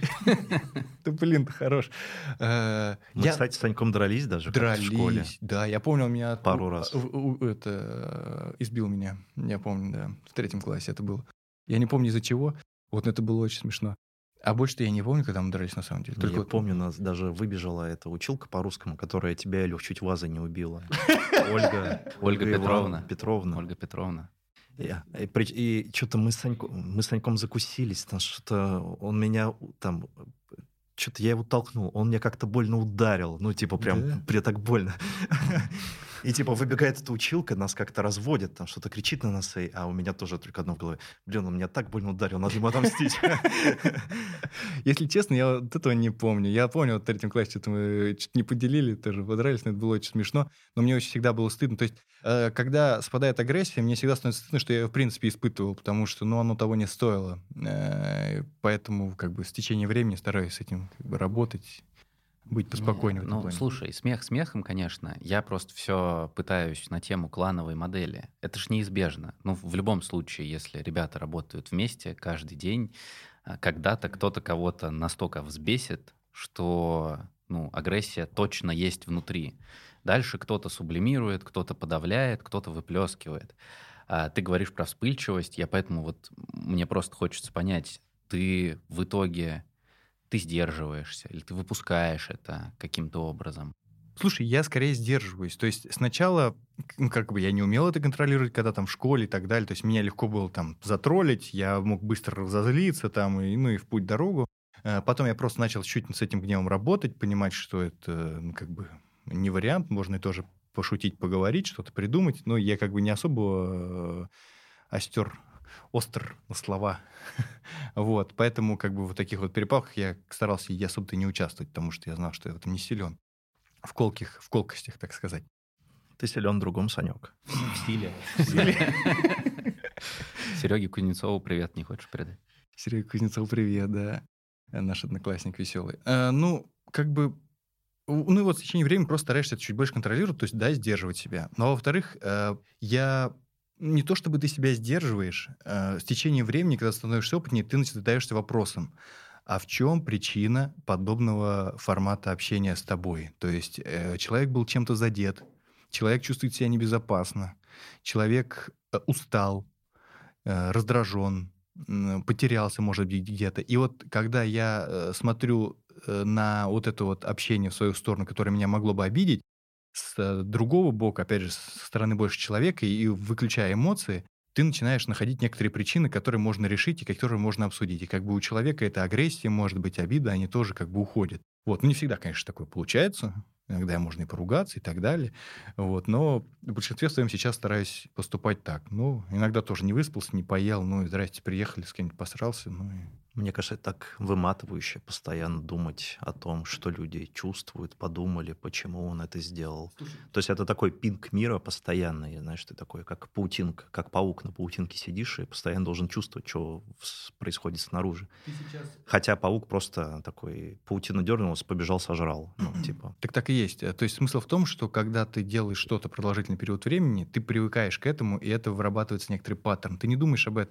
Да блин, ты хорош. Мы, кстати, с Саньком дрались даже в школе. Да, я помню, он меня... Пару раз. Избил меня, я помню, да. В 3 классе это было. Я не помню из-за чего. Вот это было очень смешно. А больше-то я не помню, когда мы дрались на самом деле. Я помню, у нас даже выбежала эта училка по-русскому, которая тебя, Илюх, чуть вазой не убила. Ольга Петровна. Ольга Петровна. И что-то мы с Саньком закусились, там что-то он меня там, что-то я его толкнул, он меня как-то больно ударил, ну типа прям так больно. И типа выбегает эта училка, нас как-то разводит, там что-то кричит на нас, а у меня тоже только одно в голове. Блин, он меня так больно ударил, надо ему отомстить. Если честно, я вот этого не помню. Я помню, вот в 3 классе что-то мы не поделили, тоже подрались, но это было очень смешно. Но мне очень всегда было стыдно. То есть, когда спадает агрессия, мне всегда становится стыдно, что я ее, в принципе, испытывал, потому что, ну, оно того не стоило. Поэтому, как бы, с течением времени стараюсь с этим как бы работать. Быть поспокойнее в этом плане. Слушай, смех смехом, конечно. Я просто все пытаюсь на тему клановой модели. Это ж неизбежно. Ну, в любом случае, если ребята работают вместе каждый день, когда-то кто-то кого-то настолько взбесит, что, ну, агрессия точно есть внутри. Дальше кто-то сублимирует, кто-то подавляет, кто-то выплескивает. Ты говоришь про вспыльчивость, я поэтому вот мне просто хочется понять, ты в итоге... Ты сдерживаешься, или ты выпускаешь это каким-то образом? Слушай, я скорее сдерживаюсь. То есть сначала, ну, как бы я не умел это контролировать, когда там в школе и так далее. То есть меня легко было там затроллить, я мог быстро разозлиться там, и в путь дорогу. Потом я просто начал чуть с этим гневом работать, понимать, что это, ну, как бы не вариант, можно и тоже пошутить, поговорить, что-то придумать. Но я как бы не особо остр на слова. Вот, поэтому как бы в таких вот перепалках я старался и особо-то не участвовать, потому что я знал, что я в этом не силен. В колкостях, так сказать. Ты силен в другом, Санек. В силе. Сереге Кузнецову привет не хочешь передать? Сереге Кузнецову привет, да. Наш одноклассник веселый. Ну, как бы... Ну и вот в течение времени просто стараешься это чуть больше контролировать, то есть, да, сдерживать себя. Но, во-вторых, я... Не то чтобы ты себя сдерживаешь, с течением времени, когда становишься опытнее, ты задаешься вопросом, а в чем причина подобного формата общения с тобой? То есть человек был чем-то задет, человек чувствует себя небезопасно, человек устал, раздражен, потерялся, может быть, где-то. И вот когда я смотрю на вот это вот общение в свою сторону, которое меня могло бы обидеть, с другого бока, опять же, со стороны больше человека, и выключая эмоции, ты начинаешь находить некоторые причины, которые можно решить и которые можно обсудить. И как бы у человека эта агрессия, может быть, обида, они тоже как бы уходят. Вот. Ну, не всегда, конечно, такое получается. Иногда можно и поругаться и так далее. Вот. Но в большинстве своем сейчас стараюсь поступать так. Ну, иногда тоже не выспался, не поел. Ну, и здрасте, приехали, с кем-нибудь посрался. Ну, и... Мне кажется, это так выматывающе постоянно думать о том, что люди чувствуют, подумали, почему он это сделал. То есть это такой пинг мира постоянный, знаешь, ты такой, как паутинка, как паук на паутинке сидишь и постоянно должен чувствовать, что происходит снаружи. Хотя паук просто такой, паутина дернулась, побежал, сожрал. Ну, типа. Так и есть. То есть смысл в том, что когда ты делаешь что-то продолжительный период времени, ты привыкаешь к этому, и это вырабатывается некоторый паттерн. Ты не думаешь об этом.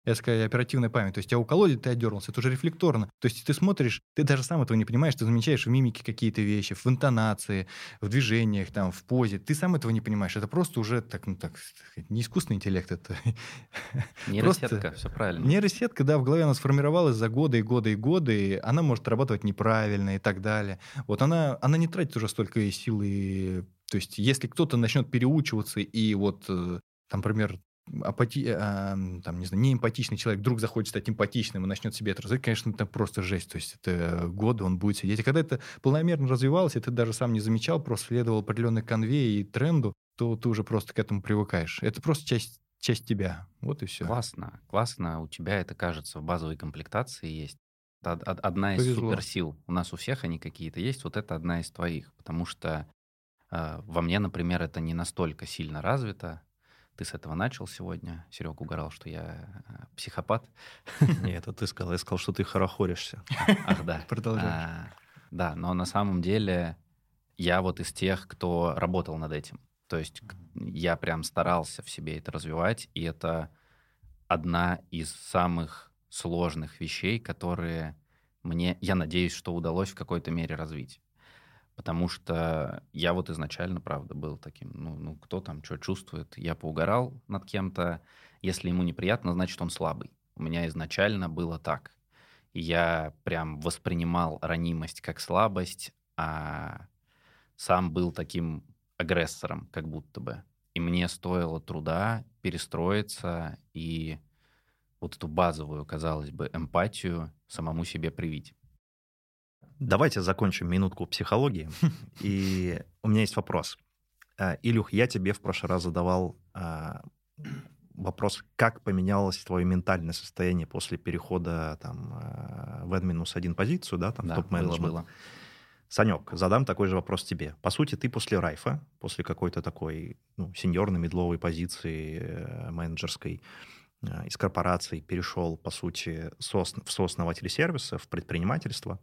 Я сказал, оперативная память. То есть тебя укололи, ты отдернулся. Это уже рефлекторно. То есть ты смотришь, ты даже сам этого не понимаешь, ты замечаешь в мимике какие-то вещи, в интонации, в движениях, там, в позе. Ты сам этого не понимаешь. Это просто уже так, ну, так сказать, не искусственный интеллект, это Нейросетка, все правильно. Нейросетка, да, в голове она сформировалась за годы и годы и годы, и она может работать неправильно и так далее. Вот она не тратит уже столько силы. То есть если кто-то начнет переучиваться и вот, там, например, там, не знаю, неэмпатичный человек вдруг захочет стать эмпатичным и начнет себе это развивать, конечно, это просто жесть. То есть это годы он будет сидеть. И когда это полномерно развивалось, и ты даже сам не замечал, просто следовал определенной конве и тренду, то ты уже просто к этому привыкаешь. Это просто часть тебя. Вот и все. Классно. У тебя это, кажется, в базовой комплектации есть. Это одна из Повезло. суперсил. У нас у всех они какие-то есть. Вот это одна из твоих. Потому что во мне, например, это не настолько сильно развито. Ты с этого начал сегодня. Серега угорал, что я психопат. Нет, это ты сказал. Я сказал, что ты хорохоришься. Ах, да. Продолжай. Да, но на самом деле я вот из тех, кто работал над этим. То есть я прям старался в себе это развивать, и это одна из самых сложных вещей, которые мне, я надеюсь, что удалось в какой-то мере развить. Потому что я вот изначально, правда, был таким, ну кто там что чувствует. Я поугарал над кем-то. Если ему неприятно, значит, он слабый. У меня изначально было так. И я прям воспринимал ранимость как слабость, а сам был таким агрессором, как будто бы. И мне стоило труда перестроиться и вот эту базовую, казалось бы, эмпатию самому себе привить. Давайте закончим минутку психологии. И у меня есть вопрос. Илюх, я тебе в прошлый раз задавал вопрос, как поменялось твое ментальное состояние после перехода там, в N-1 позицию, да, там, Да, в топ-менеджмент. было. Санек, задам такой же вопрос тебе. По сути, ты после Райфа, после какой-то такой сеньорной, медловой позиции менеджерской из корпораций перешел, по сути, в сооснователь сервиса, в предпринимательство.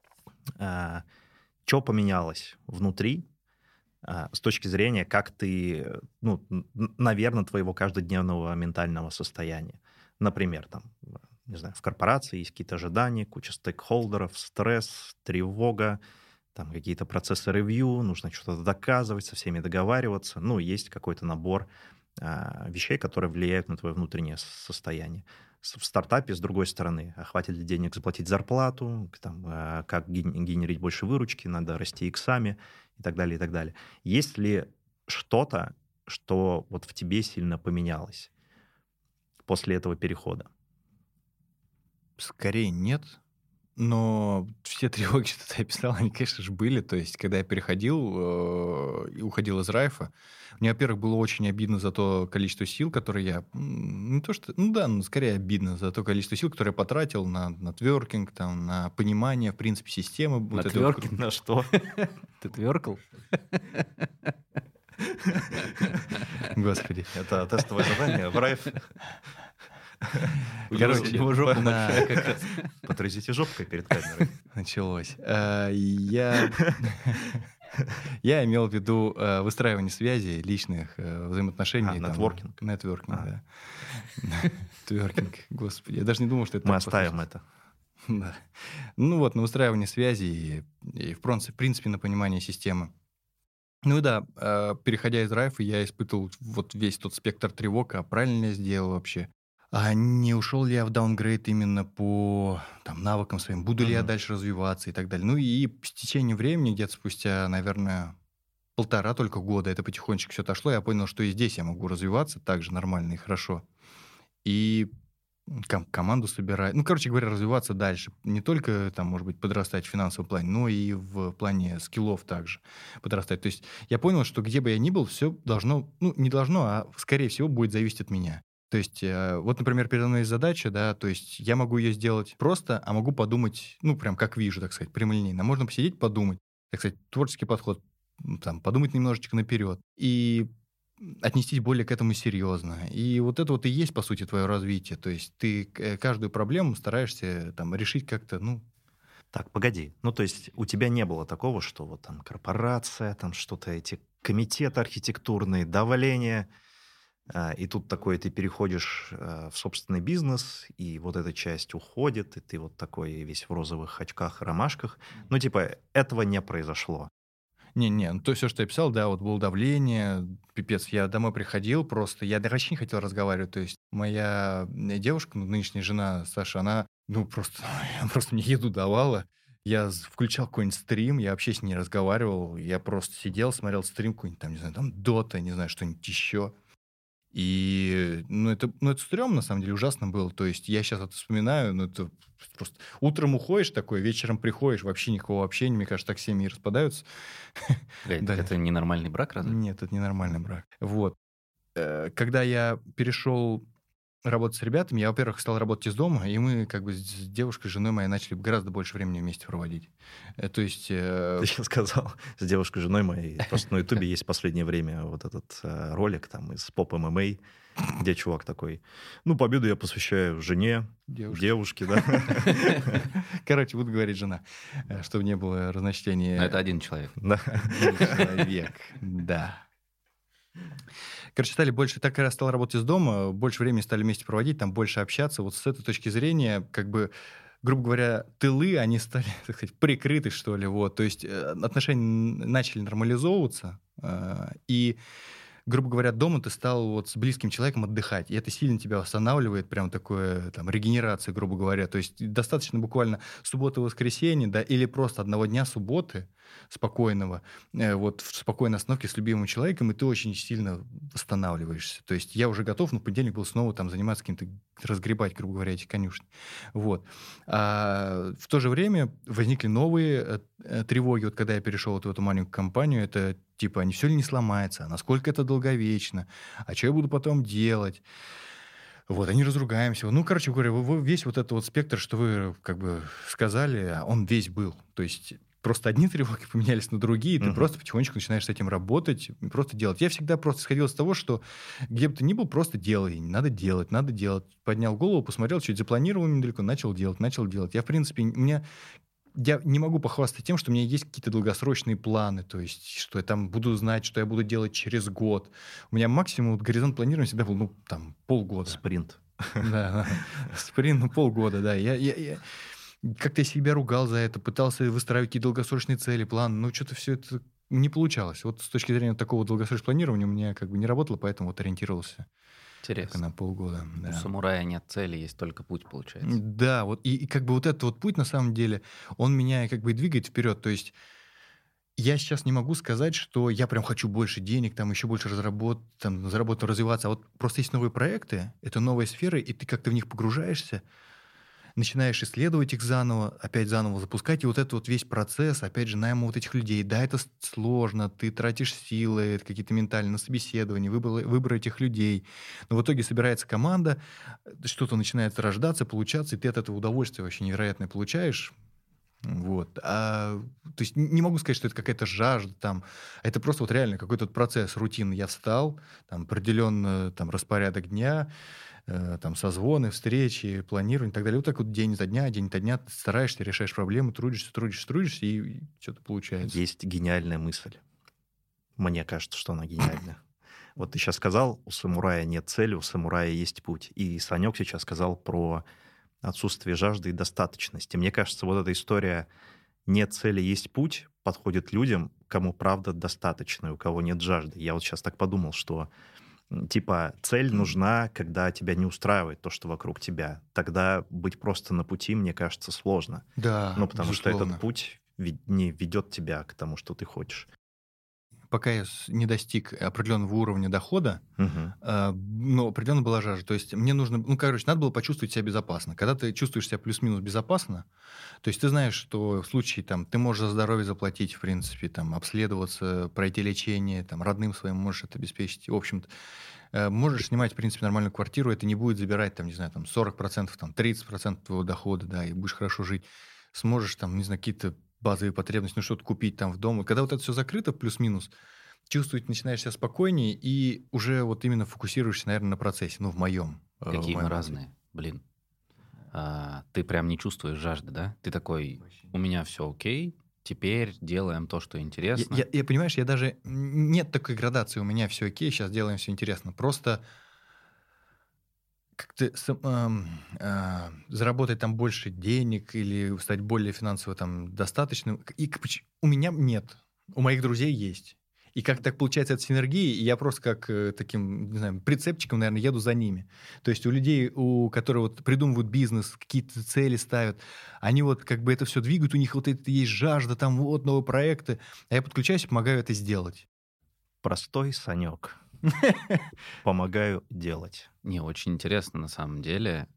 Что поменялось внутри с точки зрения, как ты, наверное, твоего каждодневного ментального состояния? Например, там, не знаю, в корпорации есть какие-то ожидания, куча стейкхолдеров, стресс, тревога, там какие-то процессы ревью, нужно что-то доказывать, со всеми договариваться. Есть какой-то набор вещей, которые влияют на твое внутреннее состояние. В стартапе, с другой стороны, хватит ли денег заплатить зарплату, там, как генерить больше выручки, надо расти иксами и так далее, и так далее. Есть ли что-то, что вот в тебе сильно поменялось после этого перехода? Скорее нет. Но все тревоги, что ты описал, они, конечно же, были. То есть, когда я переходил и уходил из Райфа, мне, во-первых, было очень обидно за то количество сил, которые я... Не то что... скорее обидно за то количество сил, которые я потратил на тверкинг, там, на понимание, в принципе, системы. На тверкинг? На что? Ты тверкал? Господи. Это тестовое задание в Райф. Короче, его жопа большая как раз. Потрясите жопкой перед камерой. Началось. Я имел в виду выстраивание связей, личных взаимоотношений. Нетворкинг. Нетворкинг, да. Тверкинг, господи. Я даже не думал, что это... Мы оставим это. Да. На выстраивание связей и в принципе, на понимание системы. Переходя из Райфа, я испытывал вот весь тот спектр тревог, а правильно я сделал вообще. А не ушел ли я в даунгрейд именно по навыкам своим? Буду ли я дальше развиваться и так далее? И с течением времени, где-то спустя, наверное, 1,5 только года, это потихонечку все отошло, я понял, что и здесь я могу развиваться так же нормально и хорошо. И команду собирать. Развиваться дальше. Не только, может быть, подрастать в финансовом плане, но и в плане скиллов также подрастать. То есть я понял, что где бы я ни был, все должно, не должно, а скорее всего будет зависеть от меня. То есть, например, передо мной есть задача, да, то есть я могу ее сделать просто, а могу подумать, прям как вижу, так сказать, прямолинейно. Можно посидеть, подумать, так сказать, творческий подход, подумать немножечко наперед и отнестись более к этому серьезно. И вот это и есть, по сути, твое развитие. То есть ты каждую проблему стараешься решить как-то, Так, погоди. То есть у тебя не было такого, что корпорация, что-то эти комитеты архитектурные, давление... И тут такой ты переходишь в собственный бизнес, и вот эта часть уходит, и ты вот такой весь в розовых очках и ромашках. Ну, типа, этого не произошло. Не-не, ну то все, что я писал, да, вот было давление, пипец, я домой приходил просто, я даже вообще не хотел разговаривать, то есть моя девушка, ну, нынешняя жена Саша, она, ну, просто, она просто мне еду давала, я включал какой-нибудь стрим, я вообще с ней не разговаривал, я просто сидел, смотрел стрим какой-нибудь, там, не знаю, там, Дота, не знаю, что-нибудь еще. И, ну, это стрёмно, на самом деле, ужасно было. То есть я сейчас это вспоминаю, но это просто... Утром уходишь такой, вечером приходишь, вообще никакого общения, мне кажется, так семьи распадаются. Да. Это ненормальный брак, разве? Нет, это ненормальный брак. Вот. Когда я перешел работать с ребятами, я, во-первых, стал работать из дома, и мы как бы с девушкой, с женой моей начали гораздо больше времени вместе проводить. То есть... Ты сейчас сказал, с девушкой, женой моей. Просто на Ютубе есть в последнее время вот этот ролик там из Поп ММА, где чувак такой, ну, победу я посвящаю жене, девушке, да. Короче, буду говорить жена, чтобы не было разночтения. Но это один человек. Да. Человек, да. Короче, стали больше, так как я стал работать из дома, больше времени стали вместе проводить, там больше общаться. Вот с этой точки зрения, как бы, грубо говоря, тылы, они стали, так сказать, прикрыты, что ли, вот. То есть отношения начали нормализовываться, и, грубо говоря, дома ты стал вот с близким человеком отдыхать, и это сильно тебя восстанавливает, прям такое, там, регенерация, грубо говоря. То есть достаточно буквально суббота-воскресенье, да, или просто одного дня субботы спокойного, вот в спокойной остановке с любимым человеком, и ты очень сильно восстанавливаешься. То есть я уже готов, но в понедельник был снова там заниматься каким-то, разгребать, грубо говоря, эти конюшни. Вот. А в то же время возникли новые тревоги, вот когда я перешел вот в эту маленькую компанию, это типа, а не все ли не сломается, а насколько это долговечно, а что я буду потом делать? Вот, они разругаемся. Ну, короче говоря, весь вот этот вот спектр, что вы как бы сказали, он весь был. То есть просто одни тревоги поменялись на другие, и ты просто потихонечку начинаешь с этим работать, просто делать. Я всегда просто сходил с того, что где бы ты ни был, просто делай. Надо делать, надо делать. Поднял голову, посмотрел, чуть запланировал недалеко, начал делать. Я, в принципе, я не могу похвастаться тем, что у меня есть какие-то долгосрочные планы, то есть, что я там буду знать, что я буду делать через год. У меня максимум вот, горизонт планирования всегда был, ну, там, полгода. Спринт. Да, спринт, ну, полгода, да. Я как-то себя ругал за это, пытался выстраивать какие-то долгосрочные цели, планы, но что-то все это не получалось. Вот с точки зрения такого долгосрочного планирования у меня как бы не работало, поэтому вот ориентировался Интересно. на полгода. Да. У самурая нет цели, есть только путь, получается. Да, вот и как бы вот этот вот путь, на самом деле, он меня как бы и двигает вперед. То есть я сейчас не могу сказать, что я прям хочу больше денег, там еще больше заработать, развиваться. А вот просто есть новые проекты, это новые сферы, и ты как-то в них погружаешься, начинаешь исследовать их заново, опять заново запускать, и вот этот вот весь процесс, опять же, найма вот этих людей, да, это сложно, ты тратишь силы какие-то ментальные на собеседование, выбор этих людей, но в итоге собирается команда, что-то начинает рождаться, получаться, и ты от этого удовольствие вообще невероятное получаешь. Вот. То есть не могу сказать, что это какая-то жажда, там, это просто вот реально какой-то процесс рутинный. Я встал, там, определенно там, распорядок дня, там, созвоны, встречи, планирование и так далее. Вот так вот день ото дня ты стараешься, решаешь проблемы, трудишься, и что-то получается. Есть гениальная мысль. Мне кажется, что она гениальная. Вот ты сейчас сказал, у самурая нет цели, у самурая есть путь. И Санек сейчас сказал про отсутствие жажды и достаточности. Мне кажется, вот эта история «нет цели, есть путь» подходит людям, кому правда достаточно, у кого нет жажды. Я вот сейчас так подумал, что типа цель нужна, когда тебя не устраивает то, что вокруг тебя. Тогда быть просто на пути, мне кажется, сложно. Да, Ну, потому безусловно. что этот путь не ведет тебя к тому, что ты хочешь. Пока я не достиг определенного уровня дохода, но определенно была жажда. То есть мне нужно... Ну, короче, надо было почувствовать себя безопасно. Когда ты чувствуешь себя плюс-минус безопасно, то есть ты знаешь, что в случае, там, ты можешь за здоровье заплатить, в принципе, там, обследоваться, пройти лечение, там, родным своим можешь это обеспечить. В общем-то, можешь снимать, в принципе, нормальную квартиру, это не будет забирать, там, не знаю, там, 40%, там, 30% твоего дохода, да, и будешь хорошо жить. Сможешь, там, не знаю, какие-то базовые потребности, ну, что-то купить там в дом. И когда вот это все закрыто, плюс-минус, чувствовать начинаешь себя спокойнее и уже вот именно фокусируешься, наверное, на процессе, ну, в моем. Какие мы разные, блин. Ты прям не чувствуешь жажды, да? Ты такой, у меня все окей, теперь делаем то, что интересно. Понимаешь, я даже... Нет такой градации. У меня все окей, сейчас делаем все интересно. Просто как-то заработать там больше денег или стать более финансово там достаточным. У меня нет. У моих друзей есть. И как так получается от синергии, и я просто как таким, не знаю, прицепчиком, наверное, еду за ними. То есть у людей, которые вот придумывают бизнес, какие-то цели ставят, они вот как бы это все двигают, у них вот это есть жажда, там вот новые проекты, а я подключаюсь и помогаю это сделать. Простой Санек. Помогаю делать. Не, очень интересно на самом деле.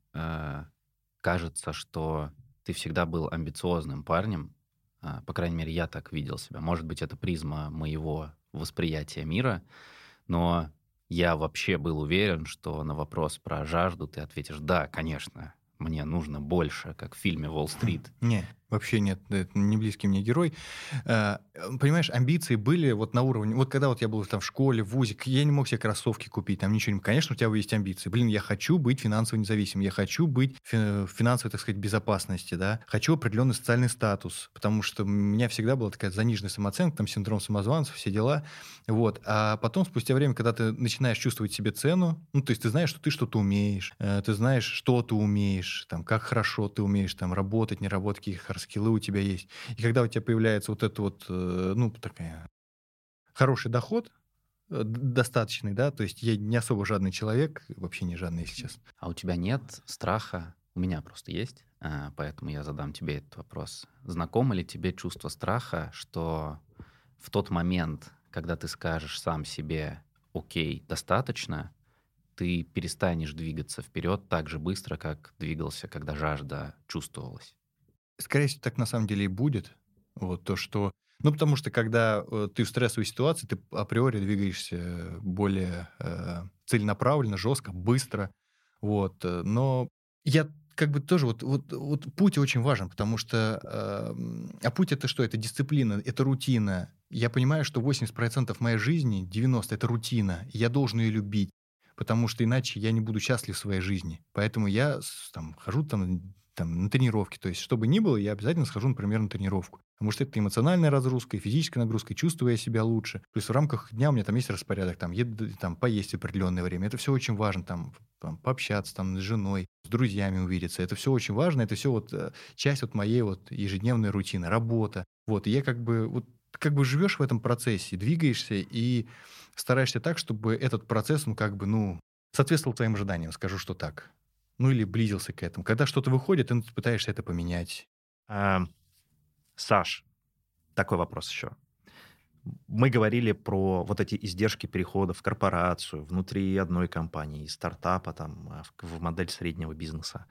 Кажется, что ты всегда был амбициозным парнем. По крайней мере, я так видел себя. Может быть, это призма моего восприятия мира, но я вообще был уверен, что на вопрос про жажду ты ответишь: да, конечно, мне нужно больше, как в фильме «Уолл-стрит». Не, вообще нет, это не близкий мне герой. Понимаешь, амбиции были вот на уровне... Вот когда вот я был там в школе, в вузе, я не мог себе кроссовки купить, там ничего не... Конечно, у тебя есть амбиции. Блин, я хочу быть финансово независимым, я хочу быть в финансовой, так сказать, безопасности, да. Хочу определенный социальный статус, потому что у меня всегда была такая заниженная самооценка, там синдром самозванца, все дела. Вот. А потом, спустя время, когда ты начинаешь чувствовать себе цену, ну, то есть ты знаешь, что ты что-то умеешь, ты знаешь, что ты умеешь, там, как хорошо ты умеешь там работать, не работать, какие скиллы у тебя есть. И когда у тебя появляется вот это вот, ну, такая хороший доход, достаточный, да, то есть я не особо жадный человек, вообще не жадный, если честно. А у тебя нет страха? У меня просто есть, поэтому я задам тебе этот вопрос. Знакомо ли тебе чувство страха, что в тот момент, когда ты скажешь сам себе: окей, достаточно, ты перестанешь двигаться вперед так же быстро, как двигался, когда жажда чувствовалась? Скорее всего, так на самом деле и будет. Вот то, что... Ну, потому что когда ты в стрессовой ситуации, ты априори двигаешься более целенаправленно, жестко, быстро. Вот. Но я как бы тоже... Вот путь очень важен, потому что... А путь — это что? Это дисциплина, это рутина. Я понимаю, что 80% моей жизни, 90% — это рутина. И я должен ее любить, потому что иначе я не буду счастлив в своей жизни. Поэтому я там хожу там на тренировки. То есть, что бы ни было, я обязательно схожу, например, на тренировку. Потому что это эмоциональная разгрузка, и физическая нагрузка, и чувствую я себя лучше. То есть в рамках дня у меня там есть распорядок, там, там поесть в определенное время. Это все очень важно, там пообщаться там, с женой, с друзьями увидеться. Это все очень важно, это все вот часть вот моей вот ежедневной рутины, работа. Вот, и я как бы живешь в этом процессе, двигаешься и стараешься так, чтобы этот процесс, он как бы, ну, соответствовал твоим ожиданиям, скажу, что так. Ну, или близился к этому. Когда что-то выходит, ты пытаешься это поменять. Саш, такой вопрос еще. Мы говорили про вот эти издержки перехода в корпорацию, внутри одной компании, из стартапа там, в модель среднего бизнеса.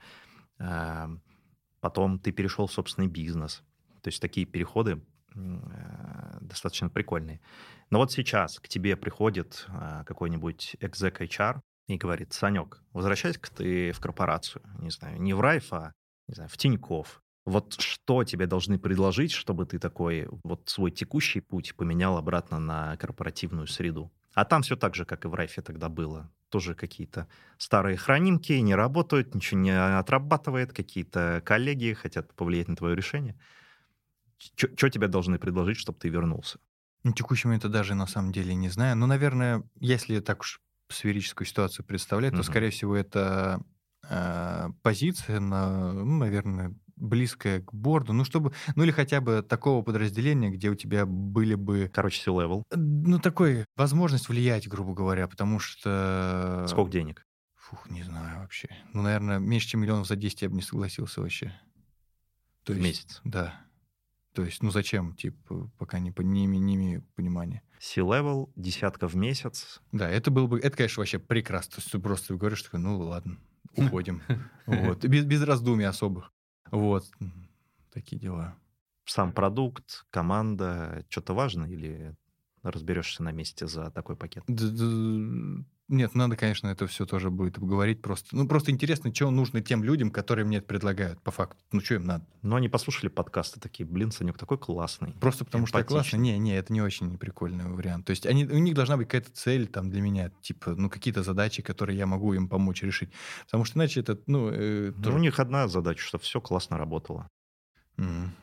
Потом ты перешел в собственный бизнес. То есть такие переходы достаточно прикольные. Но вот сейчас к тебе приходит какой-нибудь экзек HR и говорит: Санек, возвращайся-ка ты в корпорацию. Не знаю, не в Райф, а, не знаю, в Тинькофф. Вот что тебе должны предложить, чтобы ты такой вот свой текущий путь поменял обратно на корпоративную среду? А там все так же, как и в Райфе тогда было. Тоже какие-то старые хранимки не работают, ничего не отрабатывает, какие-то коллеги хотят повлиять на твое решение. Что тебе должны предложить, чтобы ты вернулся? На текущий момент я даже на самом деле не знаю. Но, наверное, если так уж сферическую ситуацию представлять, то, скорее всего, это позиция, наверное, близкая к борду, ну или хотя бы такого подразделения, где у тебя были бы... Короче, C-level. Ну, такой возможность влиять, грубо говоря, потому что... Сколько денег? Фух, не знаю вообще. Ну, наверное, меньше, чем миллионов за 10 я бы не согласился вообще. В месяц? Да. То есть, ну зачем, типа, пока не имею понимания. C-level, десятка в месяц. Да, это было бы, это, конечно, вообще прекрасно. То есть ты просто говоришь, такой, ну ладно, уходим. Вот. Без раздумий особых. Вот. Такие дела. Сам продукт, команда, что-то важно или разберешься на месте за такой пакет? Нет, надо, конечно, это все тоже будет обговорить просто. Ну, просто интересно, что нужно тем людям, которые мне это предлагают, по факту. Ну, что им надо? Ну, они послушали подкасты такие: блин, Санек такой классный. Просто потому что классно? Не, это не очень прикольный вариант. То есть у них должна быть какая-то цель там для меня, типа, ну, какие-то задачи, которые я могу им помочь решить. Потому что иначе это, у них одна задача, чтобы все классно работало.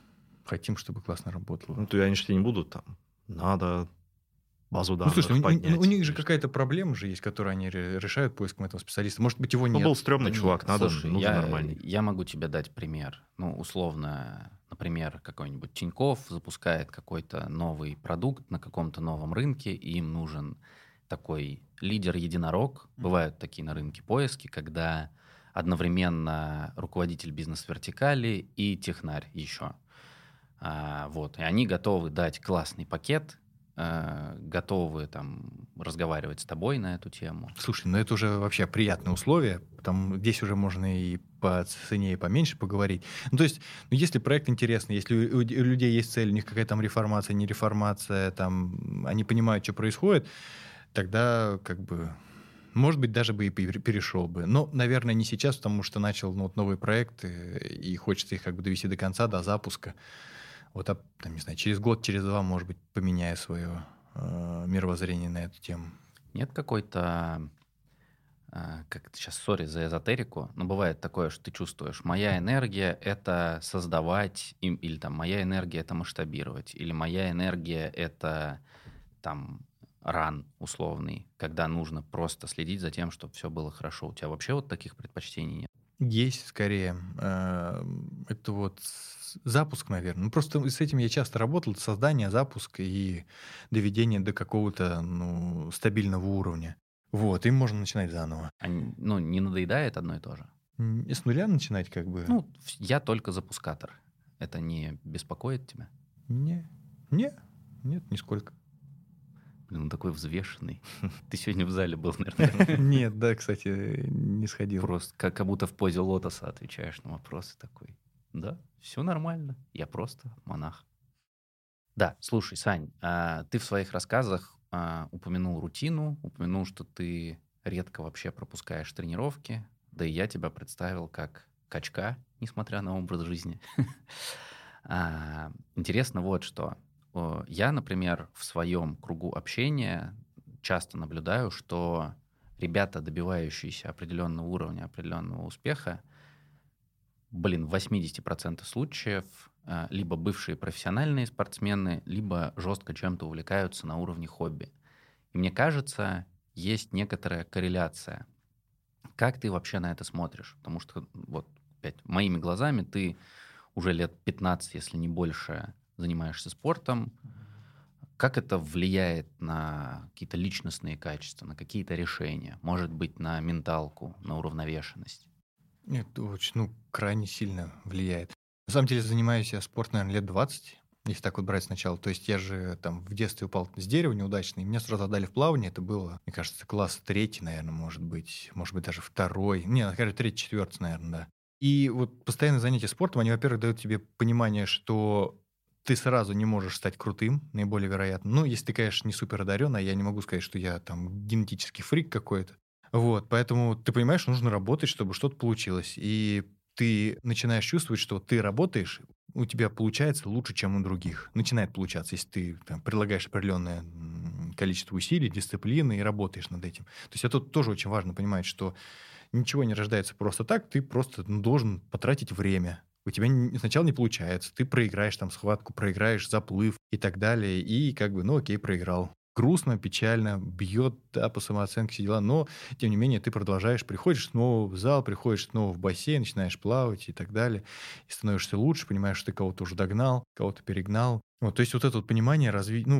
Хотим, чтобы классно работало. Ну, то они же тебе не будут там. Надо базу Ну, данных слушай, поднять. у них же какая-то проблема же есть, которую они решают поиском этого специалиста. Может быть, его Ну, нет. был стрёмный Да чувак, нет, надо, слушай, нужен нормальный. я могу тебе дать пример. Ну, условно, например, какой-нибудь Тинькофф запускает какой-то новый продукт на каком-то новом рынке, и им нужен такой лидер-единорог. Бывают такие на рынке поиски, когда одновременно руководитель бизнес-вертикали и технарь еще. Вот. И они готовы дать классный пакет, готовы там разговаривать с тобой на эту тему. Слушай, ну это уже вообще приятные условия. Там, здесь уже можно и по цене, и поменьше поговорить. Ну, то есть, ну, если проект интересный, если у людей есть цель, у них какая-то там реформация, не реформация, там, они понимают, что происходит, тогда как бы, может быть, даже бы и перешел бы. Но, наверное, не сейчас, потому что начал вот новый проект, и хочется их как бы довести до конца, до запуска. Вот, там, не знаю, через год, через два, может быть, поменяю свое мировоззрение на эту тему. Нет какой-то, как сейчас, сори за эзотерику, но бывает такое, что ты чувствуешь, моя энергия — это создавать, или там моя энергия — это масштабировать, или моя энергия — это там ран условный, когда нужно просто следить за тем, чтобы все было хорошо. У тебя вообще вот таких предпочтений нет? Есть, скорее. Это вот запуск, наверное. Ну, просто с этим я часто работал. Создание, запуск и доведение до какого-то, ну, стабильного уровня. Вот, им можно начинать заново. Ну, не надоедает одно и то же? И с нуля начинать как бы? Ну, я только запускатор. Это не беспокоит тебя? Нет, нисколько. Блин, он такой взвешенный. Ты сегодня в зале был, наверное. Нет, да, кстати, не сходил. Просто как будто в позе лотоса отвечаешь на вопросы такой. Да, все нормально. Я просто монах. Да, слушай, Сань, ты в своих рассказах упомянул рутину, упомянул, что ты редко вообще пропускаешь тренировки, да и я тебя представил как качка, несмотря на образ жизни. Интересно вот что. Я, например, в своем кругу общения часто наблюдаю, что ребята, добивающиеся определенного уровня, определенного успеха, в 80% случаев либо бывшие профессиональные спортсмены, либо жестко чем-то увлекаются на уровне хобби. И мне кажется, есть некоторая корреляция. Как ты вообще на это смотришь? Потому что, вот, опять, моими глазами ты уже лет 15, если не больше, занимаешься спортом. Как это влияет на какие-то личностные качества, на какие-то решения? Может быть, на менталку, на уравновешенность? Это очень, крайне сильно влияет. На самом деле, занимаюсь я спортом, наверное, лет 20, если так вот брать сначала. То есть я же там в детстве упал с дерева неудачно, и меня сразу отдали в плавание. Это было, мне кажется, класс 3, наверное, может быть даже 2. Не, скажем, 3-4, наверное, да. И вот постоянные занятия спортом, они, во-первых, дают тебе понимание, что ты сразу не можешь стать крутым, наиболее вероятно. Ну, если ты, конечно, не супер одаренный, я не могу сказать, что я там генетический фрик какой-то. Вот, поэтому ты понимаешь, что нужно работать, чтобы что-то получилось. И ты начинаешь чувствовать, что ты работаешь, у тебя получается лучше, чем у других. Начинает получаться, если ты там прилагаешь определенное количество усилий, дисциплины и работаешь над этим. То есть это тоже очень важно понимать, что ничего не рождается просто так, ты просто должен потратить время. У тебя сначала не получается, ты проиграешь там схватку, проиграешь заплыв и так далее, и как бы, окей, проиграл. Грустно, печально, бьет, да, по самооценке все дела, но, тем не менее, ты продолжаешь, приходишь снова в зал, приходишь снова в бассейн, начинаешь плавать и так далее, и становишься лучше, понимаешь, что ты кого-то уже догнал, кого-то перегнал. Вот, то есть вот это вот понимание,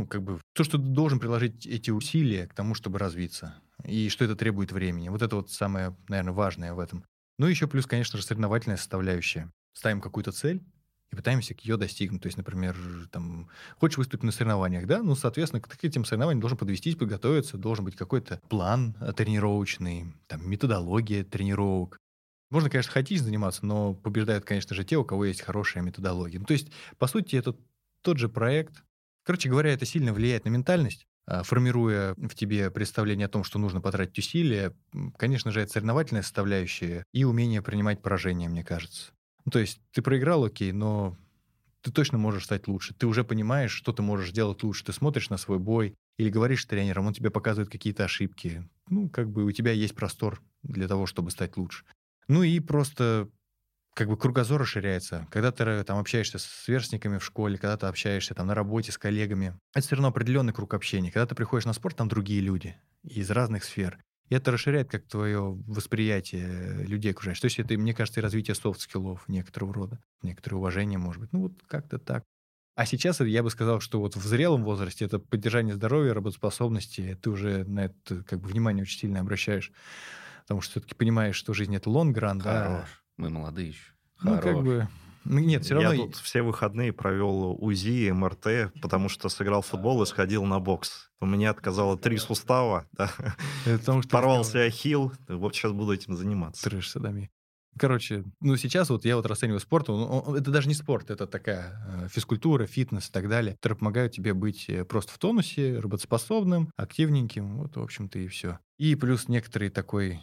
то, что ты должен приложить эти усилия к тому, чтобы развиться, и что это требует времени. Вот это вот самое, наверное, важное в этом. Ну, еще плюс, конечно же, соревновательная составляющая. Ставим какую-то цель и пытаемся ее достигнуть. То есть, например, там, хочешь выступить на соревнованиях, да? Ну, соответственно, к этим соревнованиям должен подвестись, подготовиться, должен быть какой-то план тренировочный, там, методология тренировок. Можно, конечно, хаотично заниматься, но побеждают, конечно же, те, у кого есть хорошая методология. Ну, то есть, по сути, это тот же проект. Короче говоря, это сильно влияет на ментальность, формируя в тебе представление о том, что нужно потратить усилия. Конечно же, это соревновательная составляющая и умение принимать поражение, мне кажется. Ну, то есть ты проиграл, окей, но ты точно можешь стать лучше. Ты уже понимаешь, что ты можешь сделать лучше. Ты смотришь на свой бой или говоришь с тренером, он тебе показывает какие-то ошибки. Ну, как бы у тебя есть простор для того, чтобы стать лучше. Ну и просто как бы кругозор расширяется. Когда ты там общаешься с сверстниками в школе, когда ты общаешься там на работе с коллегами, это все равно определенный круг общения. Когда ты приходишь на спорт, там другие люди из разных сфер. И это расширяет как твое восприятие людей окружающих. То есть это, мне кажется, и развитие софт-скиллов некоторого рода, некоторое уважение, может быть. Ну вот как-то так. А сейчас я бы сказал, что вот в зрелом возрасте это поддержание здоровья, работоспособности, ты уже на это как бы внимание очень сильно обращаешь, потому что все-таки понимаешь, что жизнь — это лонгран, да. Хорош. Мы молодые еще. Ну, как Хорош. бы... Ну, нет, все равно... Я тут все выходные провел УЗИ, МРТ, потому что сыграл в футбол и сходил на бокс. У меня отказало 3 сустава, да. Это потому что Порвался ахилл. Вот сейчас буду этим заниматься. трэш садами. Короче, ну сейчас вот я вот расцениваю спорт, это даже не спорт, это такая физкультура, фитнес и так далее, которые помогают тебе быть просто в тонусе, работоспособным, активненьким, вот, в общем-то, и все. И плюс некоторый такой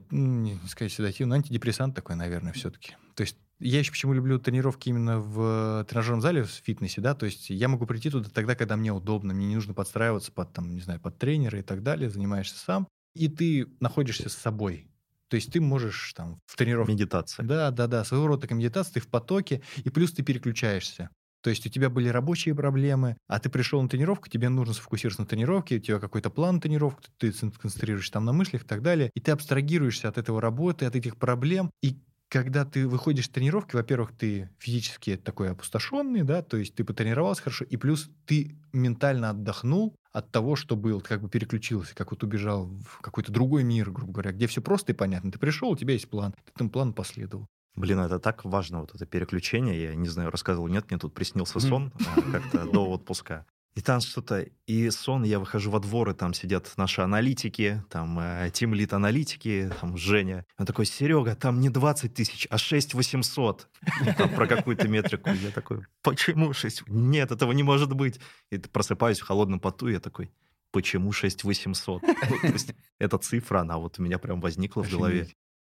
не сказать седативный, антидепрессант такой, наверное, все-таки. То есть я еще почему люблю тренировки именно в тренажерном зале, в фитнесе, да, то есть я могу прийти туда тогда, когда мне удобно, мне не нужно подстраиваться под, там, не знаю, под тренера и так далее, занимаешься сам, и ты находишься с собой. То есть ты можешь там в тренировке... Медитация. Да, своего рода такая медитация, ты в потоке, и плюс ты переключаешься. То есть у тебя были рабочие проблемы, а ты пришел на тренировку, тебе нужно сфокусироваться на тренировке, у тебя какой-то план тренировки, ты концентрируешься там на мыслях и так далее, и ты абстрагируешься от этого работы, от этих проблем, и когда ты выходишь с тренировки, во-первых, ты физически такой опустошенный, да, то есть ты потренировался хорошо, и плюс ты ментально отдохнул от того, что был, как бы переключился, как вот убежал в какой-то другой мир, грубо говоря, где все просто и понятно. Ты пришел, у тебя есть план, ты этому плану последовал. Блин, это так важно, вот это переключение. Я не знаю, рассказывал, нет, мне тут приснился сон как-то до отпуска. И там что-то, и сон, я выхожу во двор, и там сидят наши аналитики, там тимлид аналитики, там Женя. Он такой: Серега, там не 20 тысяч, а 6 800. Там про какую-то метрику. Я такой: почему 6? Нет, этого не может быть. И просыпаюсь в холодном поту, и я такой: почему 6 800? То есть эта цифра, она вот у меня прям возникла в голове.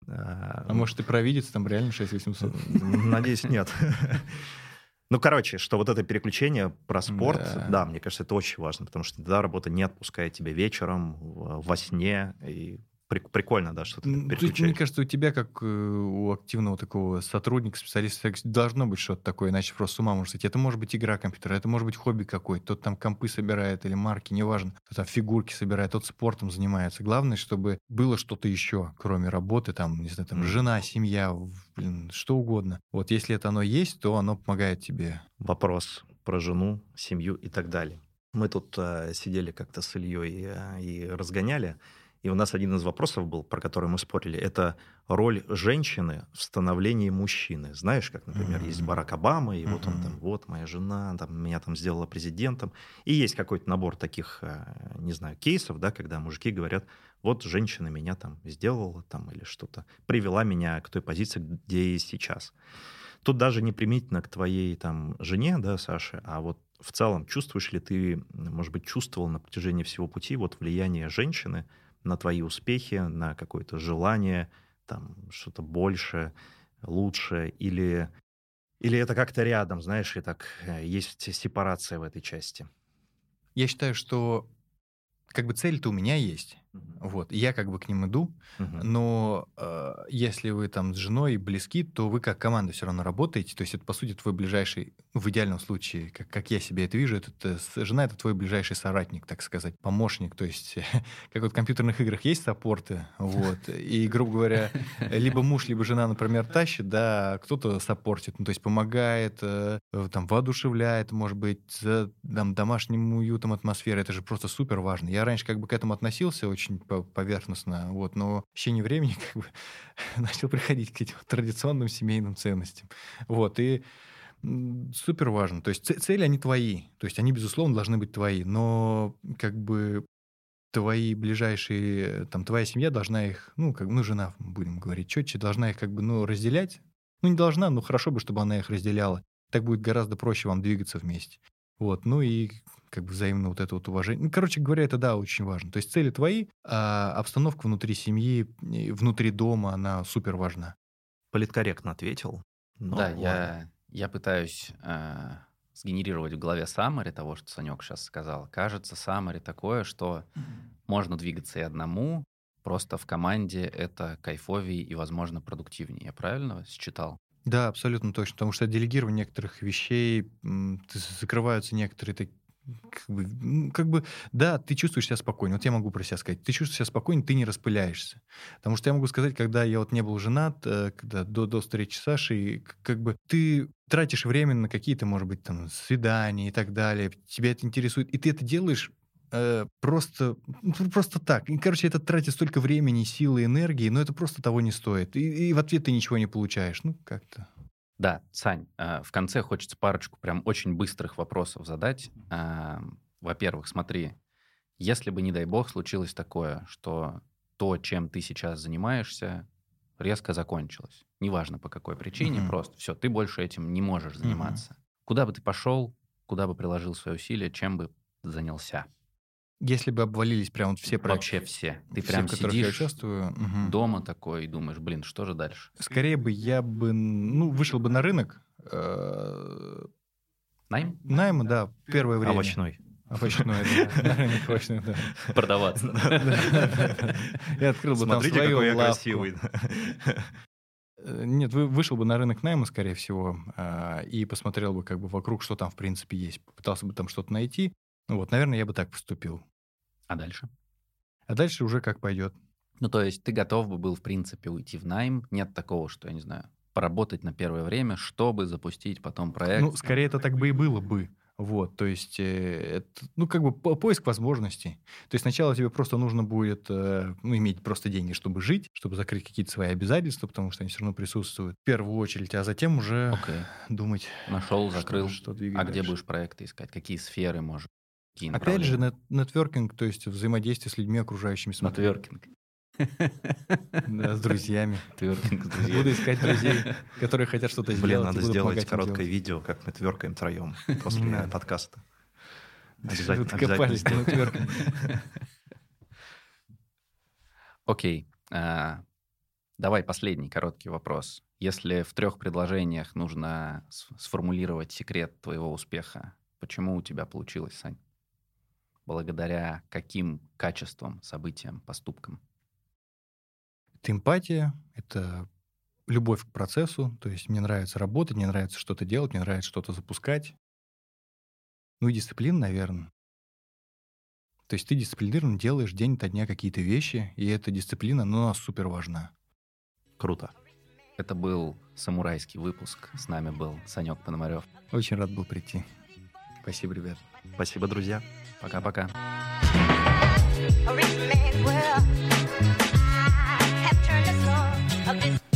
А может и провидец, там реально 6800? Надеюсь, нет. Ну, короче, что вот это переключение про спорт, да, мне кажется, это очень важно, потому что тогда работа не отпускает тебя вечером, во сне, и прикольно, да, что ты переключаешь. Мне кажется, у тебя, как у активного такого сотрудника, специалиста, должно быть что-то такое, иначе просто с ума можно сойти. Это может быть игра компьютера, это может быть хобби какой-то, тот там компы собирает или марки, неважно, кто там фигурки собирает, тот спортом занимается. Главное, чтобы было что-то еще, кроме работы, там, не знаю, там, жена, семья, блин, что угодно. Вот если это оно есть, то оно помогает тебе. Вопрос про жену, семью и так далее. Мы тут сидели как-то с Ильей и разгоняли. И у нас один из вопросов был, про который мы спорили, это роль женщины в становлении мужчины. Знаешь, как, например, есть Барак Обама, и вот он там, вот моя жена, там, меня там сделала президентом. И есть какой-то набор таких, не знаю, кейсов, да, когда мужики говорят: вот женщина меня там сделала, там, или что-то, привела меня к той позиции, где я сейчас. Тут даже не применительно к твоей там жене, да, Саше, а вот в целом чувствуешь ли ты, может быть, чувствовал на протяжении всего пути вот влияние женщины на твои успехи, на какое-то желание, там, что-то больше, лучше, или это как-то рядом, знаешь, и так есть сепарация в этой части? Я считаю, что как бы цель-то у меня есть. Вот, я как бы к ним иду, но если вы там с женой близки, то вы как команда все равно работаете, то есть это, по сути, твой ближайший, в идеальном случае, как я себе это вижу, жена — это твой ближайший соратник, так сказать, помощник, то есть как вот в компьютерных играх есть саппорты, вот, и, грубо говоря, либо муж, либо жена, например, тащит, да, а кто-то саппортит, ну, то есть помогает, там, воодушевляет, может быть, там, домашним уютом, атмосферой, это же просто супер важно. Я раньше как бы к этому относился очень поверхностно, вот, но в течение времени как бы начал приходить к этим традиционным семейным ценностям. Вот, и супер важно. То есть цели, они твои. То есть они, безусловно, должны быть твои, но как бы твои ближайшие, там, твоя семья должна их, ну, как бы, ну, жена, будем говорить четче, должна их как бы, ну, разделять. Ну, не должна, но хорошо бы, чтобы она их разделяла. Так будет гораздо проще вам двигаться вместе. Вот, ну и как бы взаимно вот это вот уважение. Ну, короче говоря, это, да, очень важно. То есть цели твои, а обстановка внутри семьи, внутри дома, она супер важна. Политкорректно ответил. Да, я пытаюсь сгенерировать в голове саммари того, что Санек сейчас сказал. Кажется, саммари такое, что можно двигаться и одному, просто в команде это кайфовее и, возможно, продуктивнее. Я правильно считал? Да, абсолютно точно, потому что от делегирования некоторых вещей закрываются некоторые да, ты чувствуешь себя спокойно. Вот я могу про себя сказать. Ты чувствуешь себя спокойно, ты не распыляешься. Потому что я могу сказать, когда я вот не был женат, когда до встречи с Сашей, ты тратишь время на какие-то, может быть, там, свидания и так далее. Тебя это интересует. И ты это делаешь просто так. И, короче, это тратит столько времени, силы, энергии, но это просто того не стоит. И в ответ ты ничего не получаешь. Ну, как-то... Да, Сань, в конце хочется парочку прям очень быстрых вопросов задать. Во-первых, смотри, если бы, не дай бог, случилось такое, что то, чем ты сейчас занимаешься, резко закончилось, неважно по какой причине, просто все, ты больше этим не можешь заниматься. Куда бы ты пошел, куда бы приложил свои усилия, чем бы занялся? Если бы обвалились прям вот все проекты. Вообще все. Ты все, прям в которых сидишь я участвую, дома такой и думаешь, блин, что же дальше? Скорее бы я бы, вышел бы на рынок. Найм? Найма, да, первое время. Овощной. Овощной, да. На рынок овощной, да. Продаваться. Я открыл бы там Смотрите, свою какой я лавку. красивый. Нет, вышел бы на рынок найма, скорее всего, и посмотрел бы как бы вокруг, что там в принципе есть. Попытался бы там что-то найти. Вот, наверное, я бы так поступил. А дальше? А дальше уже как пойдет. Ну, то есть ты готов бы был, в принципе, уйти в найм? Нет такого, что, я не знаю, поработать на первое время, чтобы запустить потом проект? Ну, скорее это так бы и было бы. Вот, то есть, это, поиск возможностей. То есть сначала тебе просто нужно будет иметь просто деньги, чтобы жить, чтобы закрыть какие-то свои обязательства, потому что они все равно присутствуют в первую очередь, а затем уже думать. Нашел, закрыл. Что двигать где дальше. будешь проекты искать? Какие сферы, может? Какие Опять же, направления? нетворкинг, то есть взаимодействие с людьми окружающими. Нетворкинг. Да, с друзьями. Нетворкинг с друзьями. Буду искать друзей, которые хотят что-то сделать. Блин, и надо буду сделать помогать им короткое делать. видео, как мы тверкаем втроем после Да. подкаста. Вы докопались до нетворкинга. Окей. Давай последний короткий вопрос. Если в 3 предложениях нужно сформулировать секрет твоего успеха, почему у тебя получилось, Сань? Благодаря каким качествам, событиям, поступкам? Это эмпатия, это любовь к процессу. То есть мне нравится работать, мне нравится что-то делать, мне нравится что-то запускать. Ну и дисциплина, наверное. То есть ты дисциплинированно делаешь день ото дня какие-то вещи, и эта дисциплина, она супер важна. Круто. Это был самурайский выпуск. С нами был Санек Пономарев. Очень рад был прийти. Спасибо, ребят. Спасибо, друзья. Пока-пока. A rich man's world. I have turned the soul of this